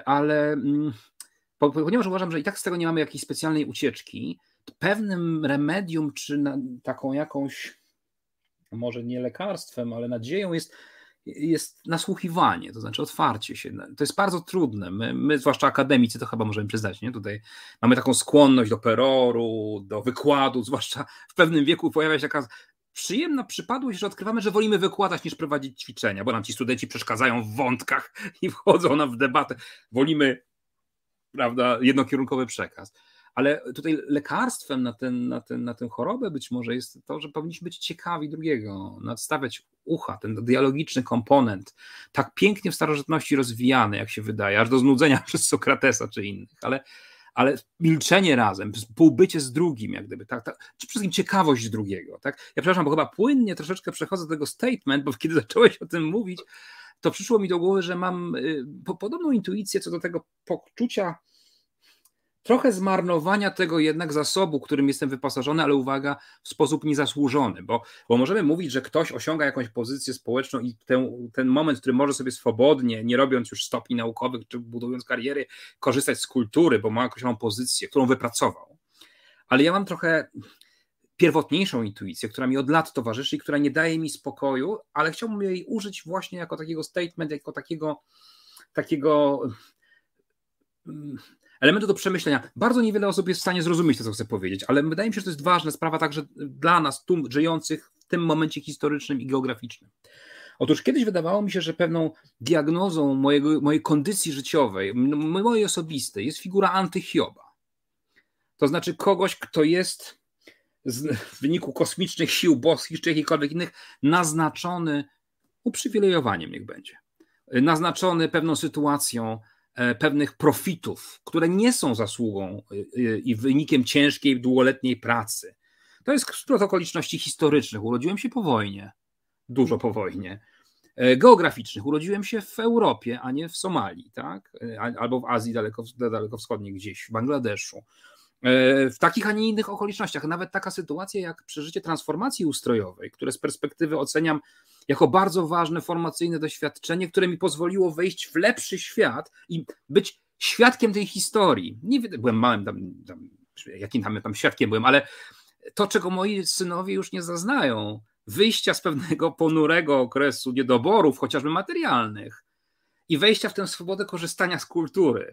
ponieważ uważam, że i tak z tego nie mamy jakiejś specjalnej ucieczki, pewnym remedium, czy taką jakąś, może nie lekarstwem, ale nadzieją jest nasłuchiwanie, to znaczy otwarcie się. To jest bardzo trudne. My, zwłaszcza akademicy, to chyba możemy przyznać, nie? Tutaj mamy taką skłonność do peroru, do wykładu, zwłaszcza w pewnym wieku pojawia się taka przyjemna przypadłość, że odkrywamy, że wolimy wykładać niż prowadzić ćwiczenia, bo nam ci studenci przeszkadzają w wątkach i wchodzą nam w debatę. Wolimy, prawda, jednokierunkowy przekaz. Ale tutaj lekarstwem na tę chorobę być może jest to, że powinniśmy być ciekawi drugiego, nadstawiać ucha, ten dialogiczny komponent, tak pięknie w starożytności rozwijany, jak się wydaje, aż do znudzenia przez Sokratesa czy innych, ale milczenie razem, półbycie z drugim, jak gdyby, tak, czy przede wszystkim ciekawość drugiego. Tak? Ja przepraszam, bo chyba płynnie troszeczkę przechodzę do tego statement, bo kiedy zacząłeś o tym mówić, to przyszło mi do głowy, że mam podobną intuicję co do tego poczucia trochę zmarnowania tego jednak zasobu, którym jestem wyposażony, ale uwaga, w sposób niezasłużony, bo możemy mówić, że ktoś osiąga jakąś pozycję społeczną i ten moment, w którym może sobie swobodnie, nie robiąc już stopni naukowych czy budując kariery, korzystać z kultury, bo ma jakąś pozycję, którą wypracował. Ale ja mam trochę pierwotniejszą intuicję, która mi od lat towarzyszy i która nie daje mi spokoju, ale chciałbym jej użyć właśnie jako takiego statement, jako takiego elementu do przemyślenia. Bardzo niewiele osób jest w stanie zrozumieć to, co chcę powiedzieć, ale wydaje mi się, że to jest ważna sprawa także dla nas tu żyjących w tym momencie historycznym i geograficznym. Otóż kiedyś wydawało mi się, że pewną diagnozą mojej kondycji życiowej, mojej osobistej, jest figura antyhioba. To znaczy kogoś, kto jest w wyniku kosmicznych sił boskich czy jakichkolwiek innych naznaczony uprzywilejowaniem, niech będzie. Naznaczony pewną sytuacją, pewnych profitów, które nie są zasługą i wynikiem ciężkiej, długoletniej pracy. To jest splot okoliczności historycznych. Urodziłem się po wojnie, dużo po wojnie. Geograficznych. Urodziłem się w Europie, a nie w Somalii, tak? Albo w Azji dalekowschodniej gdzieś, w Bangladeszu. W takich, a nie innych okolicznościach. Nawet taka sytuacja jak przeżycie transformacji ustrojowej, które z perspektywy oceniam jako bardzo ważne formacyjne doświadczenie, które mi pozwoliło wejść w lepszy świat i być świadkiem tej historii. Nie byłem małym jakim tam świadkiem byłem, ale to, czego moi synowie już nie zaznają, wyjścia z pewnego ponurego okresu niedoborów, chociażby materialnych, i wejścia w tę swobodę korzystania z kultury.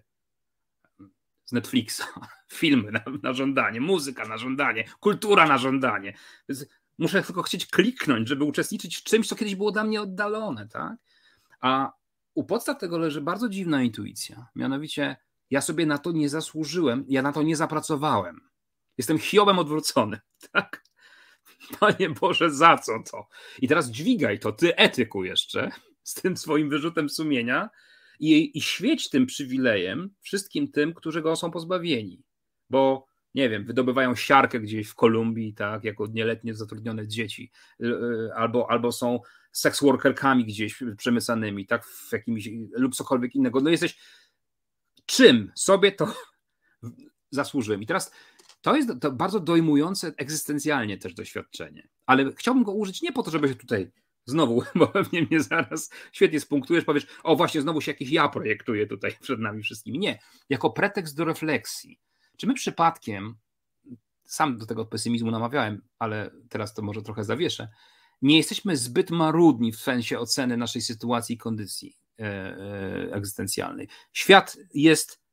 Z Netflixa, filmy na żądanie, muzyka na żądanie, kultura na żądanie. Więc muszę tylko chcieć kliknąć, żeby uczestniczyć w czymś, co kiedyś było dla mnie oddalone. Tak? A u podstaw tego leży bardzo dziwna intuicja. Mianowicie ja sobie na to nie zasłużyłem, ja na to nie zapracowałem. Jestem Hiobem odwrócony. Tak? Panie Boże, za co to? I teraz dźwigaj to, ty etyku jeszcze, z tym swoim wyrzutem sumienia, i świeć tym przywilejem wszystkim tym, którzy go są pozbawieni. Bo, nie wiem, wydobywają siarkę gdzieś w Kolumbii, tak, jako nieletnie zatrudnione dzieci, albo są sex workerkami gdzieś przemycanymi, tak, w jakimś, lub cokolwiek innego. No jesteś czym sobie to zasłużyłem. I teraz to jest to bardzo dojmujące egzystencjalnie też doświadczenie. Ale chciałbym go użyć nie po to, żeby się tutaj znowu, bo pewnie mnie zaraz świetnie spunktujesz, powiesz, o właśnie znowu się jakieś ja projektuję tutaj przed nami wszystkimi. Nie, jako pretekst do refleksji. Czy my przypadkiem, sam do tego pesymizmu namawiałem, ale teraz to może trochę zawieszę, nie jesteśmy zbyt marudni w sensie oceny naszej sytuacji i kondycji egzystencjalnej. Świat jest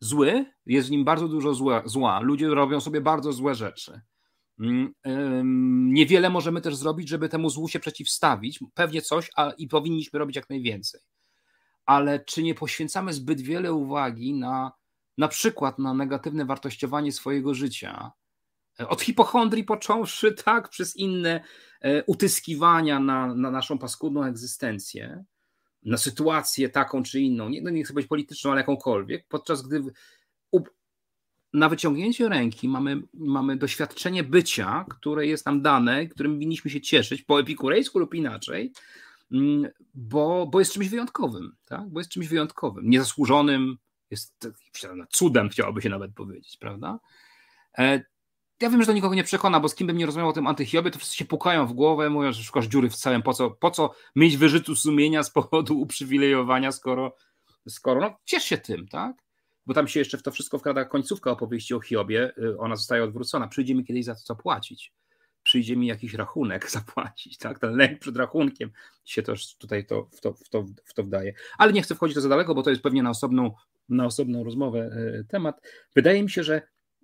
zły, jest w nim bardzo dużo zła. Ludzie robią sobie bardzo złe rzeczy. Niewiele możemy też zrobić, żeby temu złu się przeciwstawić. Pewnie coś, powinniśmy robić jak najwięcej. Ale czy nie poświęcamy zbyt wiele uwagi na przykład na negatywne wartościowanie swojego życia? Od hipochondrii począwszy, tak, przez inne utyskiwania na naszą paskudną egzystencję, na sytuację taką czy inną, nie chcę być polityczną, ale jakąkolwiek, podczas gdy na wyciągnięcie ręki mamy doświadczenie bycia, które jest nam dane, którym powinniśmy się cieszyć po epikurejsku lub inaczej, bo jest czymś wyjątkowym, tak? Bo jest czymś wyjątkowym, niezasłużonym, jest cudem, chciałoby się nawet powiedzieć, prawda? Ja wiem, że to nikogo nie przekona, bo z kim bym nie rozmawiał o tym antychiobie, to wszyscy się pukają w głowę, mówią, że szukasz dziury w całym, po co mieć wyrzutu sumienia z powodu uprzywilejowania, skoro no ciesz się tym, tak? Bo tam się jeszcze w to wszystko wkrada końcówka opowieści o Hiobie, ona zostaje odwrócona, przyjdzie mi kiedyś za to zapłacić, przyjdzie mi jakiś rachunek zapłacić, tak? Ten lęk przed rachunkiem się też tutaj w to wdaje. Ale nie chcę wchodzić to za daleko, bo to jest pewnie na osobną rozmowę temat. Wydaje mi się, że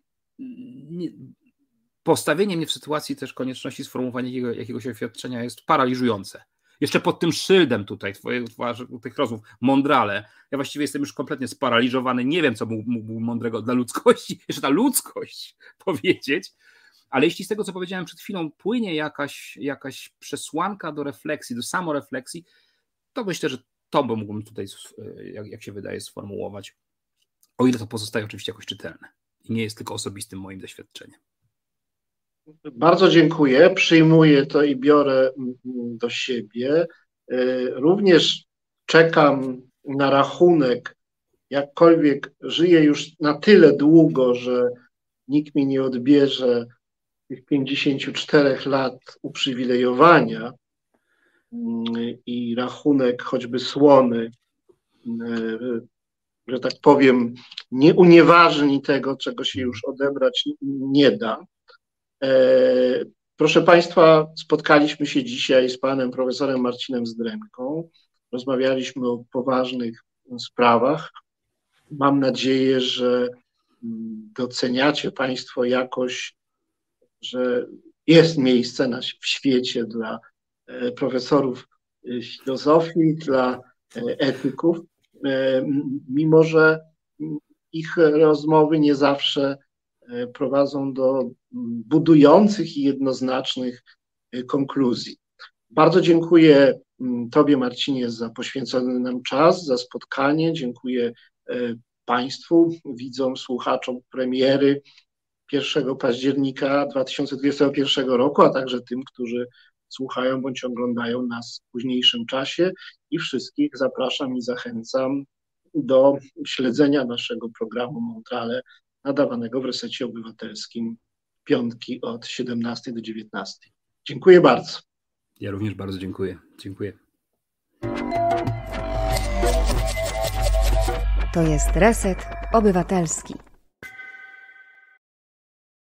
postawienie mnie w sytuacji też konieczności sformułowania jakiegoś oświadczenia jest paraliżujące. Jeszcze pod tym szyldem tutaj tych rozmów, mądrale, ja właściwie jestem już kompletnie sparaliżowany, nie wiem, co mógł mądrego dla ludzkości, jeszcze ta ludzkość powiedzieć, ale jeśli z tego, co powiedziałem przed chwilą, płynie jakaś przesłanka do refleksji, do samorefleksji, to myślę, że to mógłbym tutaj, jak się wydaje, sformułować, o ile to pozostaje oczywiście jakoś czytelne i nie jest tylko osobistym moim doświadczeniem. Bardzo dziękuję, przyjmuję to i biorę do siebie. Również czekam na rachunek, jakkolwiek żyję już na tyle długo, że nikt mi nie odbierze tych 54 lat uprzywilejowania i rachunek choćby słony, że tak powiem, nie unieważni tego, czego się już odebrać nie da. Proszę Państwa, spotkaliśmy się dzisiaj z panem profesorem Marcinem Zdremką. Rozmawialiśmy o poważnych sprawach. Mam nadzieję, że doceniacie Państwo jakoś, że jest miejsce w świecie dla profesorów filozofii, dla etyków, mimo że ich rozmowy nie zawsze prowadzą do budujących i jednoznacznych konkluzji. Bardzo dziękuję Tobie, Marcinie, za poświęcony nam czas, za spotkanie. Dziękuję Państwu, widzom, słuchaczom premiery 1 października 2021 roku, a także tym, którzy słuchają bądź oglądają nas w późniejszym czasie i wszystkich zapraszam i zachęcam do śledzenia naszego programu Montrale nadawanego w Resecie Obywatelskim piątki od 17 do 19. Dziękuję bardzo. Ja również bardzo dziękuję. Dziękuję. To jest Reset Obywatelski.